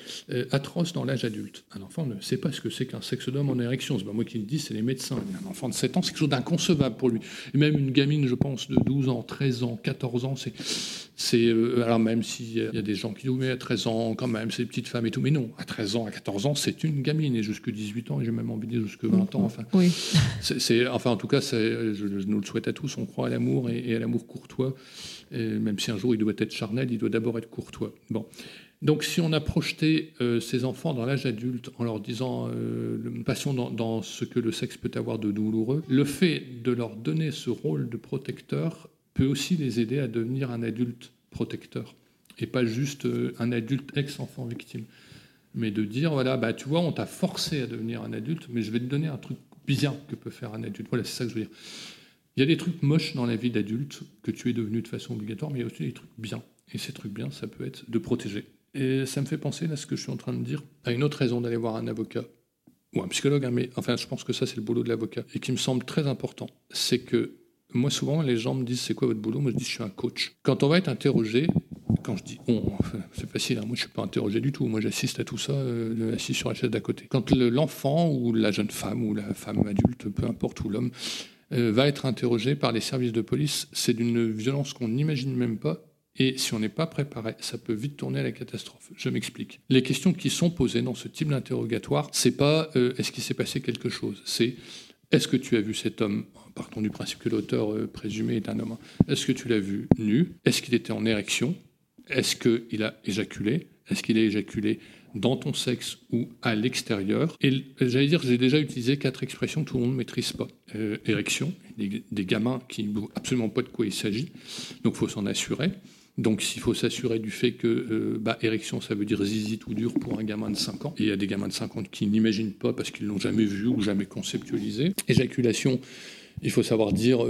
atroce dans l'âge adulte. Un enfant ne sait pas ce que c'est qu'un sexe d'homme en érection, c'est pas moi qui le dis, c'est les médecins. Un enfant de 7 ans, c'est quelque chose d'inconcevable pour lui. Et même une gamine, je pense, de 12 ans, 13 ans, 14 ans, alors même s'il y a des gens qui disent, mais à 13 ans, quand même, c'est des petites femmes et tout, mais non, à 13 ans, à 14 ans, c'est une gamine, et jusque 18 ans, et j'ai même envie de dire jusque 20 ans, enfin. Oui. En tout cas, je nous le souhaite à tous, on croit à l'amour et à l'amour courtois, et même si un jour il doit être charnel, il doit d'abord être courtois. Bon. Donc si on a projeté ces enfants dans l'âge adulte en leur disant passion dans ce que le sexe peut avoir de douloureux, le fait de leur donner ce rôle de protecteur peut aussi les aider à devenir un adulte protecteur, et pas juste un adulte ex-enfant victime, mais de dire, voilà, tu vois, on t'a forcé à devenir un adulte, mais je vais te donner un truc bien que peut faire un adulte. Voilà, c'est ça que je veux dire. Il y a des trucs moches dans la vie d'adulte que tu es devenu de façon obligatoire, mais il y a aussi des trucs bien. Et ces trucs bien, ça peut être de protéger. Et ça me fait penser, là, ce que je suis en train de dire, à une autre raison d'aller voir un avocat ou un psychologue, hein, mais enfin, je pense que ça, c'est le boulot de l'avocat, et qui me semble très important. C'est que moi, souvent, les gens me disent, c'est quoi votre boulot? Moi, je dis, je suis un coach. Quand on va être interrogé, quand je dis on, c'est facile, hein, moi, je ne suis pas interrogé du tout. Moi, j'assiste à tout ça, assis sur la chaise d'à côté. Quand l'enfant ou la jeune femme ou la femme adulte, peu importe, ou l'homme, va être interrogé par les services de police, c'est d'une violence qu'on n'imagine même pas. Et si on n'est pas préparé, ça peut vite tourner à la catastrophe. Je m'explique. Les questions qui sont posées dans ce type d'interrogatoire, c'est pas est-ce qu'il s'est passé quelque chose, c'est est-ce que tu as vu cet homme, partons du principe que l'auteur présumé est un homme, est-ce que tu l'as vu nu, est-ce qu'il était en érection, est-ce qu'il a éjaculé, est-ce qu'il a éjaculé dans ton sexe ou à l'extérieur. Et j'allais dire, j'ai déjà utilisé 4 expressions que tout le monde ne maîtrise pas. Érection, des gamins qui ne savent absolument pas de quoi il s'agit, donc il faut s'en assurer. Donc, s'il faut s'assurer du fait que érection, ça veut dire zizi tout dur pour un gamin de 5 ans. Et il y a des gamins de 5 ans qui n'imaginent pas parce qu'ils ne l'ont jamais vu ou jamais conceptualisé. Éjaculation, il faut savoir dire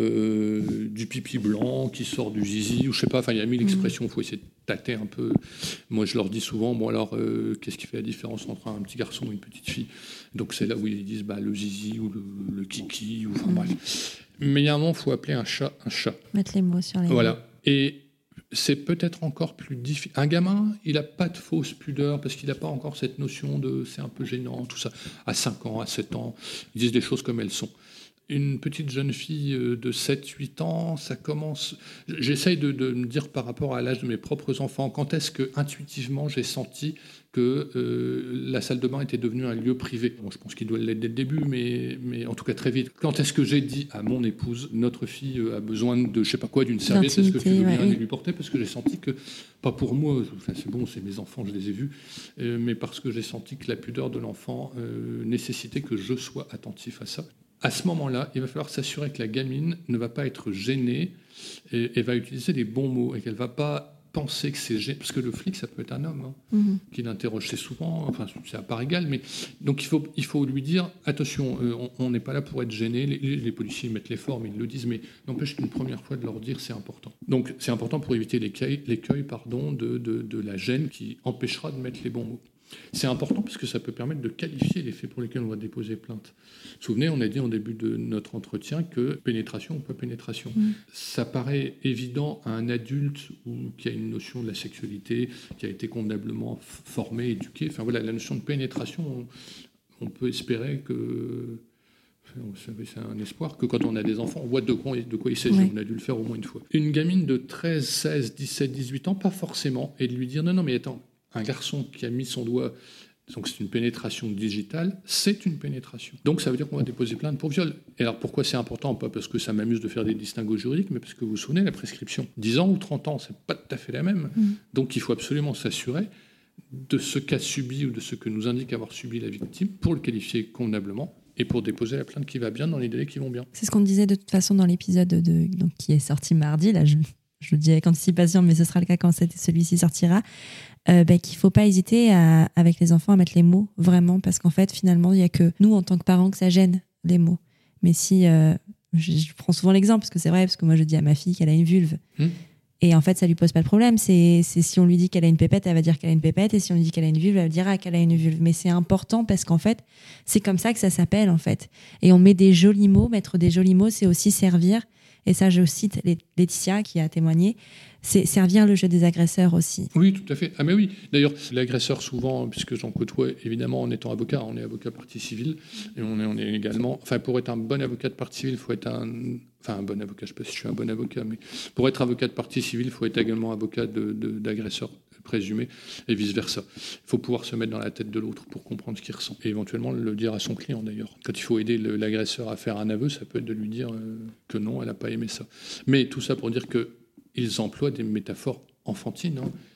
du pipi blanc qui sort du zizi, ou je sais pas, enfin, il y a 1000 expressions, il faut essayer de tâter un peu. Moi, je leur dis souvent, bon alors, qu'est-ce qui fait la différence entre un petit garçon et une petite fille? Donc, c'est là où ils disent le zizi ou le kiki, ou enfin bref. Mais il y a un moment, il faut appeler un chat un chat. Mettre les mots sur les mots. Voilà. Et c'est peut-être encore plus difficile. Un gamin, il n'a pas de fausse pudeur parce qu'il n'a pas encore cette notion de c'est un peu gênant, tout ça. À 5 ans, à 7 ans, ils disent des choses comme elles sont. Une petite jeune fille de 7-8 ans, ça commence... J'essaye de me dire par rapport à l'âge de mes propres enfants, quand est-ce que intuitivement j'ai senti que la salle de bain était devenue un lieu privé. Bon, je pense qu'il doit l'être dès le début, mais en tout cas très vite. Quand est-ce que j'ai dit à mon épouse, notre fille a besoin de, je sais pas quoi, d'une serviette, est-ce que tu veux bien lui porter? Parce que j'ai senti que, pas pour moi, enfin, c'est bon, c'est mes enfants, je les ai vus, mais parce que j'ai senti que la pudeur de l'enfant nécessitait que je sois attentif à ça. À ce moment-là, il va falloir s'assurer que la gamine ne va pas être gênée et va utiliser les bons mots et qu'elle ne va pas penser que c'est gênant. Parce que le flic, ça peut être un homme qui l'interroge. C'est souvent, enfin, c'est à part égale, mais donc il faut lui dire attention, on n'est pas là pour être gêné. Les policiers mettent les formes, ils le disent, mais n'empêche qu'une première fois de leur dire c'est important. Donc c'est important pour éviter l'écueil de la gêne qui empêchera de mettre les bons mots. C'est important parce que ça peut permettre de qualifier les faits pour lesquels on va déposer plainte. Vous vous souvenez, on a dit en début de notre entretien que pénétration ou pas pénétration. Ça paraît évident à un adulte qui a une notion de la sexualité, qui a été convenablement formé, éduqué. Enfin voilà, la notion de pénétration, on peut espérer que... C'est un espoir que quand on a des enfants, on voit de quoi il s'agit. Oui. On a dû le faire au moins une fois. Une gamine de 13, 16, 17, 18 ans, pas forcément, et de lui dire non mais attends, un garçon qui a mis son doigt, donc c'est une pénétration digitale, c'est une pénétration. Donc ça veut dire qu'on va déposer plainte pour viol. Et alors pourquoi c'est important? Pas parce que ça m'amuse de faire des distinguos juridiques, mais parce que vous vous souvenez, la prescription, 10 ans ou 30 ans, c'est pas tout à fait la même. Donc il faut absolument s'assurer de ce qu'a subi ou de ce que nous indique avoir subi la victime pour le qualifier convenablement et pour déposer la plainte qui va bien dans les délais qui vont bien. C'est ce qu'on disait de toute façon dans l'épisode donc, qui est sorti mardi, là je le dis avec anticipation, mais ce sera le cas quand celui-ci sortira. Qu'il ne faut pas hésiter avec les enfants à mettre les mots vraiment, parce qu'en fait finalement il n'y a que nous en tant que parents que ça gêne les mots. Mais si je prends souvent l'exemple parce que c'est vrai, parce que moi je dis à ma fille qu'elle a une vulve et en fait ça lui pose pas de problème, c'est si on lui dit qu'elle a une pépette, elle va dire qu'elle a une pépette, et si on lui dit qu'elle a une vulve, elle dira qu'elle a une vulve. Mais c'est important parce qu'en fait c'est comme ça que ça s'appelle en fait, et on met des jolis mots. Mettre des jolis mots, c'est aussi servir, et ça je cite Laetitia qui a témoigné, c'est servir le jeu des agresseurs aussi. Oui, tout à fait. Ah mais oui, d'ailleurs, l'agresseur souvent, puisque j'en côtoie évidemment en étant avocat, on est avocat partie civile, et on est également... Enfin, pour être un bon avocat de partie civile, il faut être un bon avocat, je ne sais pas si je suis un bon avocat, mais pour être avocat de partie civile, il faut être également avocat d'agresseur présumé, et vice-versa. Il faut pouvoir se mettre dans la tête de l'autre pour comprendre ce qu'il ressent, et éventuellement le dire à son client d'ailleurs. Quand il faut aider l'agresseur à faire un aveu, ça peut être de lui dire que non, elle n'a pas aimé ça. Mais tout ça pour dire que ils emploient des métaphores enfantines.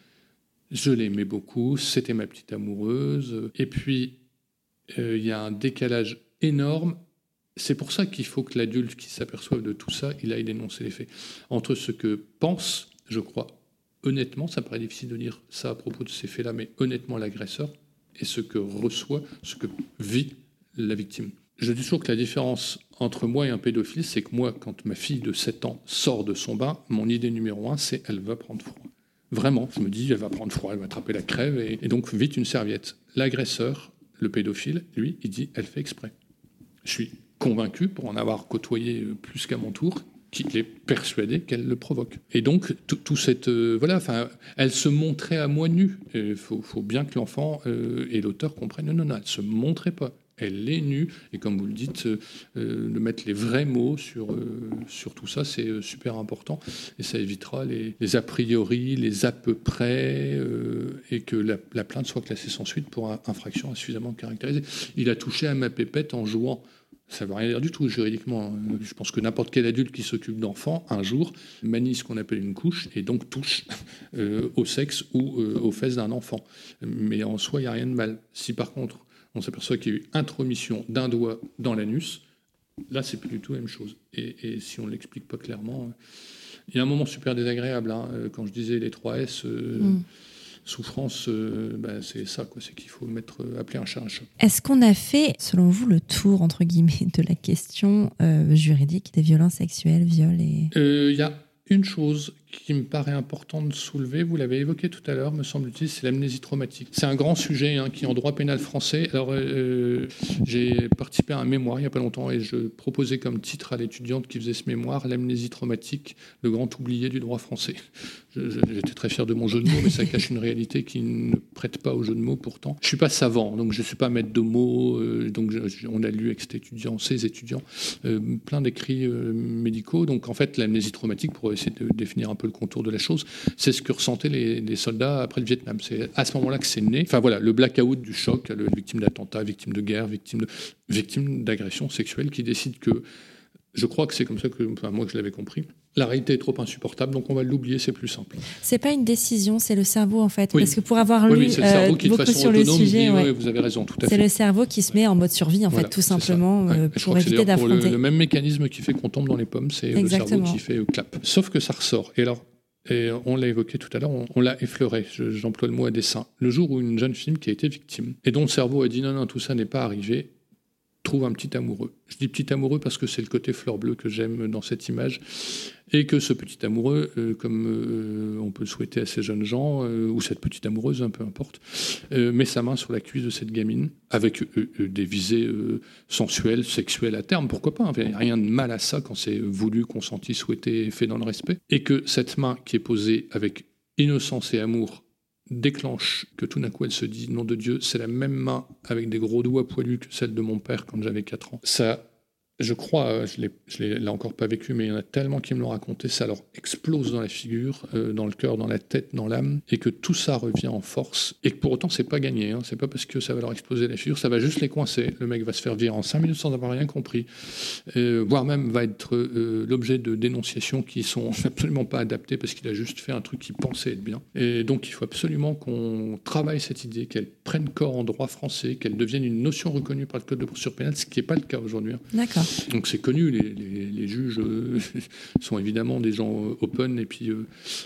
Je l'aimais beaucoup, c'était ma petite amoureuse. Et puis, il y a un décalage énorme. C'est pour ça qu'il faut que l'adulte qui s'aperçoive de tout ça, il aille dénoncer les faits. Entre ce que pense, je crois, honnêtement, ça paraît difficile de dire ça à propos de ces faits-là, mais honnêtement l'agresseur, et ce que reçoit, ce que vit la victime. Je dis toujours que la différence entre moi et un pédophile, c'est que moi, quand ma fille de 7 ans sort de son bain, mon idée numéro 1, c'est elle va prendre froid. Vraiment, je me dis, elle va prendre froid, elle va attraper la crève, et donc vite une serviette. L'agresseur, le pédophile, lui, il dit, elle fait exprès. Je suis convaincu, pour en avoir côtoyé plus qu'à mon tour, qu'il est persuadé qu'elle le provoque. Et donc, tout cette... elle se montrait à moi nue. Il faut bien que l'enfant et l'auteur comprennent, non, elle ne se montrait pas. Elle est nue, et comme vous le dites, de mettre les vrais mots sur tout ça, c'est super important, et ça évitera les a priori, les à peu près, et que la plainte soit classée sans suite pour infraction insuffisamment caractérisée. Il a touché à ma pépette en jouant. Ça ne veut rien dire du tout juridiquement. Je pense que n'importe quel adulte qui s'occupe d'enfants, un jour, manie ce qu'on appelle une couche, et donc touche au sexe ou aux fesses d'un enfant. Mais en soi, il n'y a rien de mal. Si par contre, on s'aperçoit qu'il y a eu intromission d'un doigt dans l'anus, là, c'est plus du tout la même chose. Et si on ne l'explique pas clairement, il y a un moment super désagréable. Quand je disais les 3 S, souffrance, c'est ça, quoi. C'est qu'il faut appeler un chat un chat. Est-ce qu'on a fait, selon vous, le tour, entre guillemets, de la question juridique des violences sexuelles, viols et... Il y a une chose qui me paraît importante de soulever, vous l'avez évoqué tout à l'heure, me semble-t-il, c'est l'amnésie traumatique. C'est un grand sujet qui est en droit pénal français. Alors, j'ai participé à un mémoire il n'y a pas longtemps et je proposais comme titre à l'étudiante qui faisait ce mémoire, l'amnésie traumatique, le grand oublié du droit français. J'étais très fier de mon jeu de mots, mais ça cache une réalité qui ne prête pas au jeu de mots pourtant. Je ne suis pas savant, donc je ne suis pas maître de mots, donc on a lu avec ces étudiants, plein d'écrits médicaux. Donc en fait, l'amnésie traumatique, pour essayer de définir un peu le contour de la chose, c'est ce que ressentaient les soldats après le Vietnam. C'est à ce moment-là que c'est né. Enfin voilà, le blackout du choc, victime d'attentats, victime de guerre, victime d'agression sexuelle, qui décide que, je crois que c'est comme ça que moi que je l'avais compris, la réalité est trop insupportable, donc on va l'oublier, c'est plus simple. C'est pas une décision, c'est le cerveau en fait. Oui. Parce que pour avoir lu c'est le cerveau qui, de beaucoup façon sur autonome, le sujet, dit, vous avez raison, tout à fait. C'est le cerveau qui se met en mode survie en fait, tout simplement, pour éviter d'affronter. Le même mécanisme qui fait qu'on tombe dans les pommes, c'est le cerveau qui fait clap. Sauf que ça ressort. Et on l'a évoqué tout à l'heure, on l'a effleuré, j'emploie le mot à dessein. Le jour où une jeune fille qui a été victime, et dont le cerveau a dit non, tout ça n'est pas arrivé, trouve un petit amoureux. Je dis petit amoureux parce que c'est le côté fleur bleue que j'aime dans cette image, et que ce petit amoureux, comme on peut le souhaiter à ces jeunes gens, ou cette petite amoureuse, peu importe, met sa main sur la cuisse de cette gamine, avec des visées sensuelles, sexuelles à terme, pourquoi pas, il n'y a rien de mal à ça quand c'est voulu, consenti, souhaité, fait dans le respect, et que cette main qui est posée avec innocence et amour déclenche que tout d'un coup elle se dit nom de Dieu, c'est la même main avec des gros doigts poilus que celle de mon père quand j'avais 4 ans. Ça, je crois, je l'ai là encore pas vécu, mais il y en a tellement qui me l'ont raconté, ça leur explose dans la figure, dans le cœur, dans la tête, dans l'âme, et que tout ça revient en force, et que pour autant c'est pas gagné, c'est pas parce que ça va leur exploser la figure, ça va juste les coincer, le mec va se faire virer en 5 minutes sans avoir rien compris, voire même va être l'objet de dénonciations qui sont absolument pas adaptées parce qu'il a juste fait un truc qu'il pensait être bien. Et donc il faut absolument qu'on travaille cette idée, qu'elle prenne corps en droit français, qu'elle devienne une notion reconnue par le Code de procédure pénale, ce qui n'est pas le cas aujourd'hui. D'accord. Donc c'est connu, les juges sont évidemment des gens open, et puis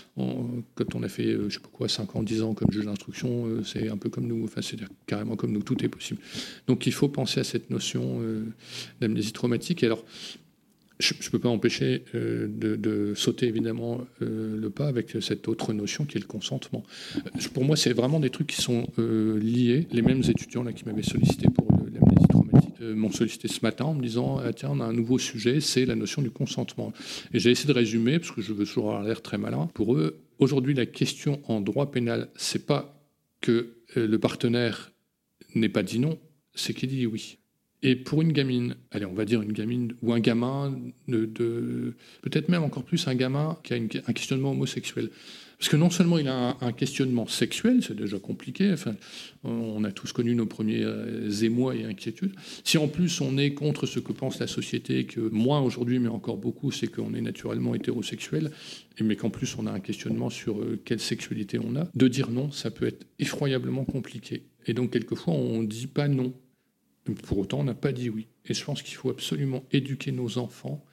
quand on a fait, 5 ans, 10 ans comme juge d'instruction, c'est un peu comme nous, c'est carrément comme nous, tout est possible. Donc il faut penser à cette notion d'amnésie traumatique. Et alors, je ne peux pas empêcher de sauter évidemment le pas avec cette autre notion qui est le consentement. Pour moi, c'est vraiment des trucs qui sont liés. Les mêmes étudiants là, qui m'avaient sollicité pour l'amnésie traumatique m'ont sollicité ce matin en me disant tiens, on a un nouveau sujet, c'est la notion du consentement. Et j'ai essayé de résumer, parce que je veux toujours avoir l'air très malin. Pour eux, aujourd'hui, la question en droit pénal, c'est pas que le partenaire n'ait pas dit non, c'est qu'il dit oui. Et pour une gamine, allez, on va dire une gamine ou un gamin, peut-être même encore plus un gamin qui a un questionnement homosexuel. Parce que non seulement il a un questionnement sexuel, c'est déjà compliqué, on a tous connu nos premiers émois et inquiétudes. Si en plus on est contre ce que pense la société, que moins aujourd'hui mais encore beaucoup, c'est qu'on est naturellement hétérosexuel, mais qu'en plus on a un questionnement sur quelle sexualité on a, de dire non, ça peut être effroyablement compliqué. Et donc quelquefois on ne dit pas non. Pour autant, on n'a pas dit oui. Et je pense qu'il faut absolument éduquer nos enfants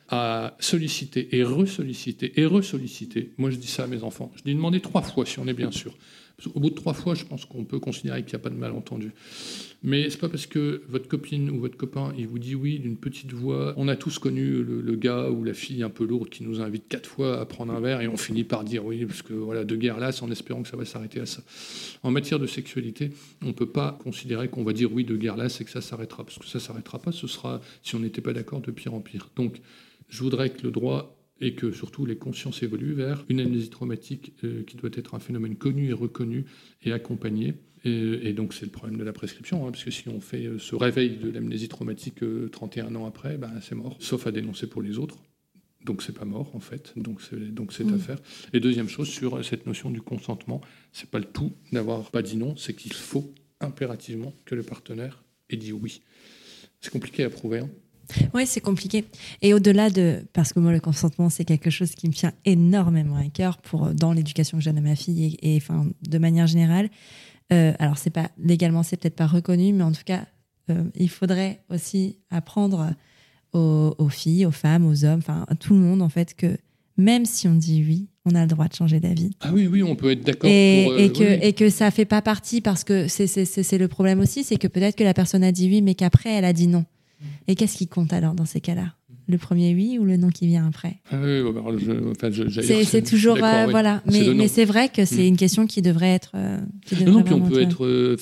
à solliciter et ressolliciter. Moi, je dis ça à mes enfants. Je dis demander 3 fois si on est bien sûr. Au bout de 3 fois, je pense qu'on peut considérer qu'il n'y a pas de malentendu. Mais c'est pas parce que votre copine ou votre copain, il vous dit oui d'une petite voix. On a tous connu le gars ou la fille un peu lourde qui nous invite 4 fois à prendre un verre et on finit par dire oui parce que voilà, de guerre lasse en espérant que ça va s'arrêter à ça. En matière de sexualité, on ne peut pas considérer qu'on va dire oui de guerre lasse et que ça s'arrêtera. Parce que ça s'arrêtera pas, ce sera, si on n'était pas d'accord, de pire en pire. Donc, je voudrais que le droit et que surtout les consciences évoluent vers une amnésie traumatique qui doit être un phénomène connu et reconnu et accompagné. Et donc c'est le problème de la prescription, parce que si on fait ce réveil de l'amnésie traumatique 31 ans après, c'est mort, sauf à dénoncer pour les autres. Donc c'est pas mort en fait, donc c'est à faire. Et deuxième chose, sur cette notion du consentement, c'est pas le tout d'avoir pas dit non, c'est qu'il faut impérativement que le partenaire ait dit oui. C'est compliqué à prouver, Oui, c'est compliqué. Et au-delà parce que moi, le consentement, c'est quelque chose qui me tient énormément à cœur dans l'éducation que je donne à ma fille et de manière générale. Alors, légalement, c'est peut-être pas reconnu, mais en tout cas, il faudrait aussi apprendre aux filles, aux femmes, aux hommes, à tout le monde, en fait, que même si on dit oui, on a le droit de changer d'avis. Ah oui, on peut être d'accord. Et que ça fait pas partie, parce que c'est le problème aussi, c'est que peut-être que la personne a dit oui, mais qu'après, elle a dit non. Et qu'est-ce qui compte alors dans ces cas-là ? Le premier oui ou le non qui vient après ? C'est toujours voilà, mais c'est vrai que c'est une question qui devrait être. Non, puis on peut être.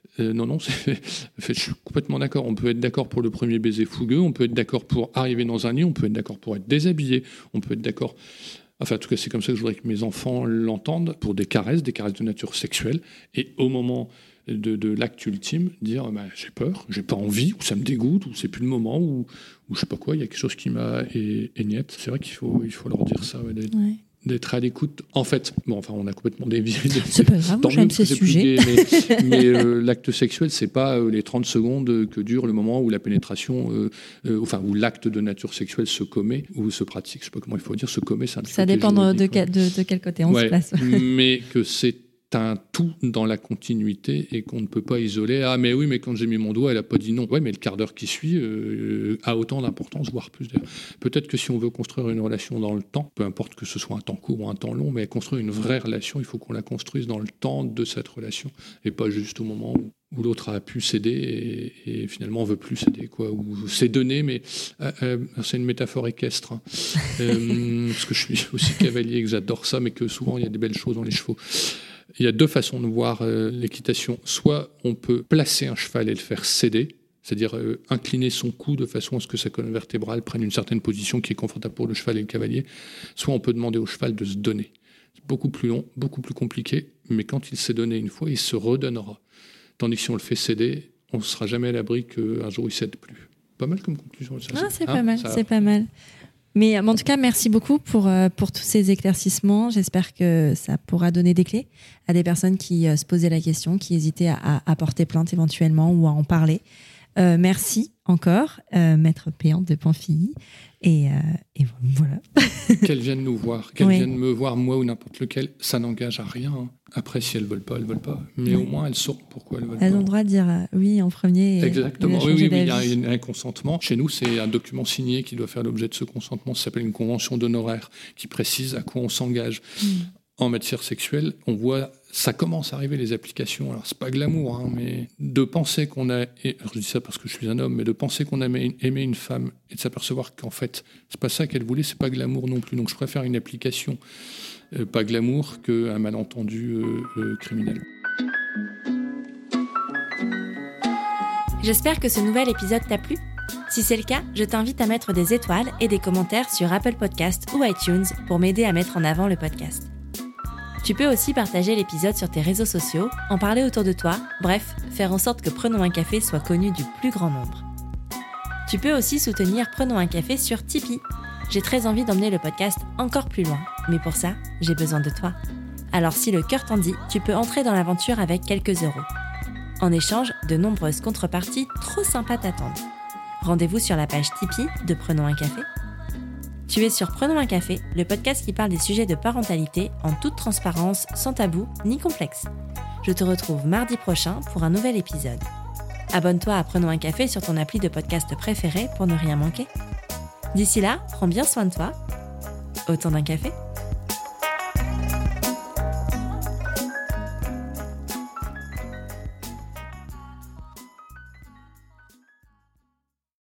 Je suis complètement d'accord. On peut être d'accord pour le premier baiser fougueux, on peut être d'accord pour arriver dans un lit, on peut être d'accord pour être déshabillé, on peut être d'accord. Enfin, en tout cas, c'est comme ça que je voudrais que mes enfants l'entendent, pour des caresses de nature sexuelle. Et au moment de l'acte ultime, dire j'ai peur, j'ai pas envie, ou ça me dégoûte, ou c'est plus le moment, ou je sais pas quoi, il y a quelque chose qui m'a éniette. C'est vrai qu'il faut leur dire ça, d'être à l'écoute. En fait, on a complètement dévié. C'est pas grave, j'aime ces sujets. Mais l'acte sexuel, c'est pas les 30 secondes que dure le moment où la pénétration, où l'acte de nature sexuelle se commet ou se pratique. Je sais pas comment il faut dire, se commet, c'est un petit peu. Ça dépend de quel côté on se place. Mais que c'est un tout dans la continuité et qu'on ne peut pas isoler. Ah mais oui, mais quand j'ai mis mon doigt, elle a pas dit non. Ouais, mais le quart d'heure qui suit a autant d'importance, voire plus d'ailleurs. Peut-être que si on veut construire une relation dans le temps, peu importe que ce soit un temps court ou un temps long, mais construire une vraie relation, il faut qu'on la construise dans le temps de cette relation et pas juste au moment où l'autre a pu céder et finalement on veut plus céder, ou c'est donné, mais c'est une métaphore équestre, parce que je suis aussi cavalier et que j'adore ça, mais que souvent il y a des belles choses dans les chevaux. Il y a 2 façons de voir l'équitation. Soit on peut placer un cheval et le faire céder, c'est-à-dire incliner son cou de façon à ce que sa colonne vertébrale prenne une certaine position qui est confortable pour le cheval et le cavalier. Soit on peut demander au cheval de se donner. C'est beaucoup plus long, beaucoup plus compliqué, mais quand il s'est donné une fois, il se redonnera. Tandis que si on le fait céder, on ne sera jamais à l'abri qu'un jour il ne cède plus. Pas mal comme conclusion. C'est pas mal. Mais en tout cas, merci beaucoup pour tous ces éclaircissements. J'espère que ça pourra donner des clés à des personnes qui se posaient la question, qui hésitaient à porter plainte éventuellement ou à en parler. Merci encore, Maître Péante de Pamphilie. Et voilà. Qu'elles viennent nous voir, qu'elles viennent me voir, moi ou n'importe lequel, ça n'engage à rien. Après, si elles ne veulent pas, elles ne veulent pas. Mais au moins, elles sauront pourquoi elles veulent pas. Elles ont le droit de dire oui en premier. Exactement, oui, il y a un consentement. Chez nous, c'est un document signé qui doit faire l'objet de ce consentement. Ça s'appelle une convention d'honoraires qui précise à quoi on s'engage. En matière sexuelle, on voit, ça commence à arriver les applications. Alors c'est pas glamour, mais de penser qu'on a, et je dis ça parce que je suis un homme, mais de penser qu'on a aimé une femme et de s'apercevoir qu'en fait c'est pas ça qu'elle voulait, c'est pas glamour non plus. Donc je préfère une application pas glamour qu'un malentendu criminel. J'espère que ce nouvel épisode t'a plu. Si c'est le cas, je t'invite à mettre des étoiles et des commentaires sur Apple Podcasts ou iTunes pour m'aider à mettre en avant le podcast. Tu peux aussi partager l'épisode sur tes réseaux sociaux, en parler autour de toi, bref, faire en sorte que Prenons un café soit connu du plus grand nombre. Tu peux aussi soutenir Prenons un café sur Tipeee. J'ai très envie d'emmener le podcast encore plus loin, mais pour ça, j'ai besoin de toi. Alors si le cœur t'en dit, tu peux entrer dans l'aventure avec quelques euros. En échange, de nombreuses contreparties trop sympas t'attendent. Rendez-vous sur la page Tipeee de Prenons un café. Tu es sur Prenons un café, le podcast qui parle des sujets de parentalité en toute transparence, sans tabou ni complexe. Je te retrouve mardi prochain pour un nouvel épisode. Abonne-toi à Prenons un café sur ton appli de podcast préféré pour ne rien manquer. D'ici là, prends bien soin de toi. Autour d'un café.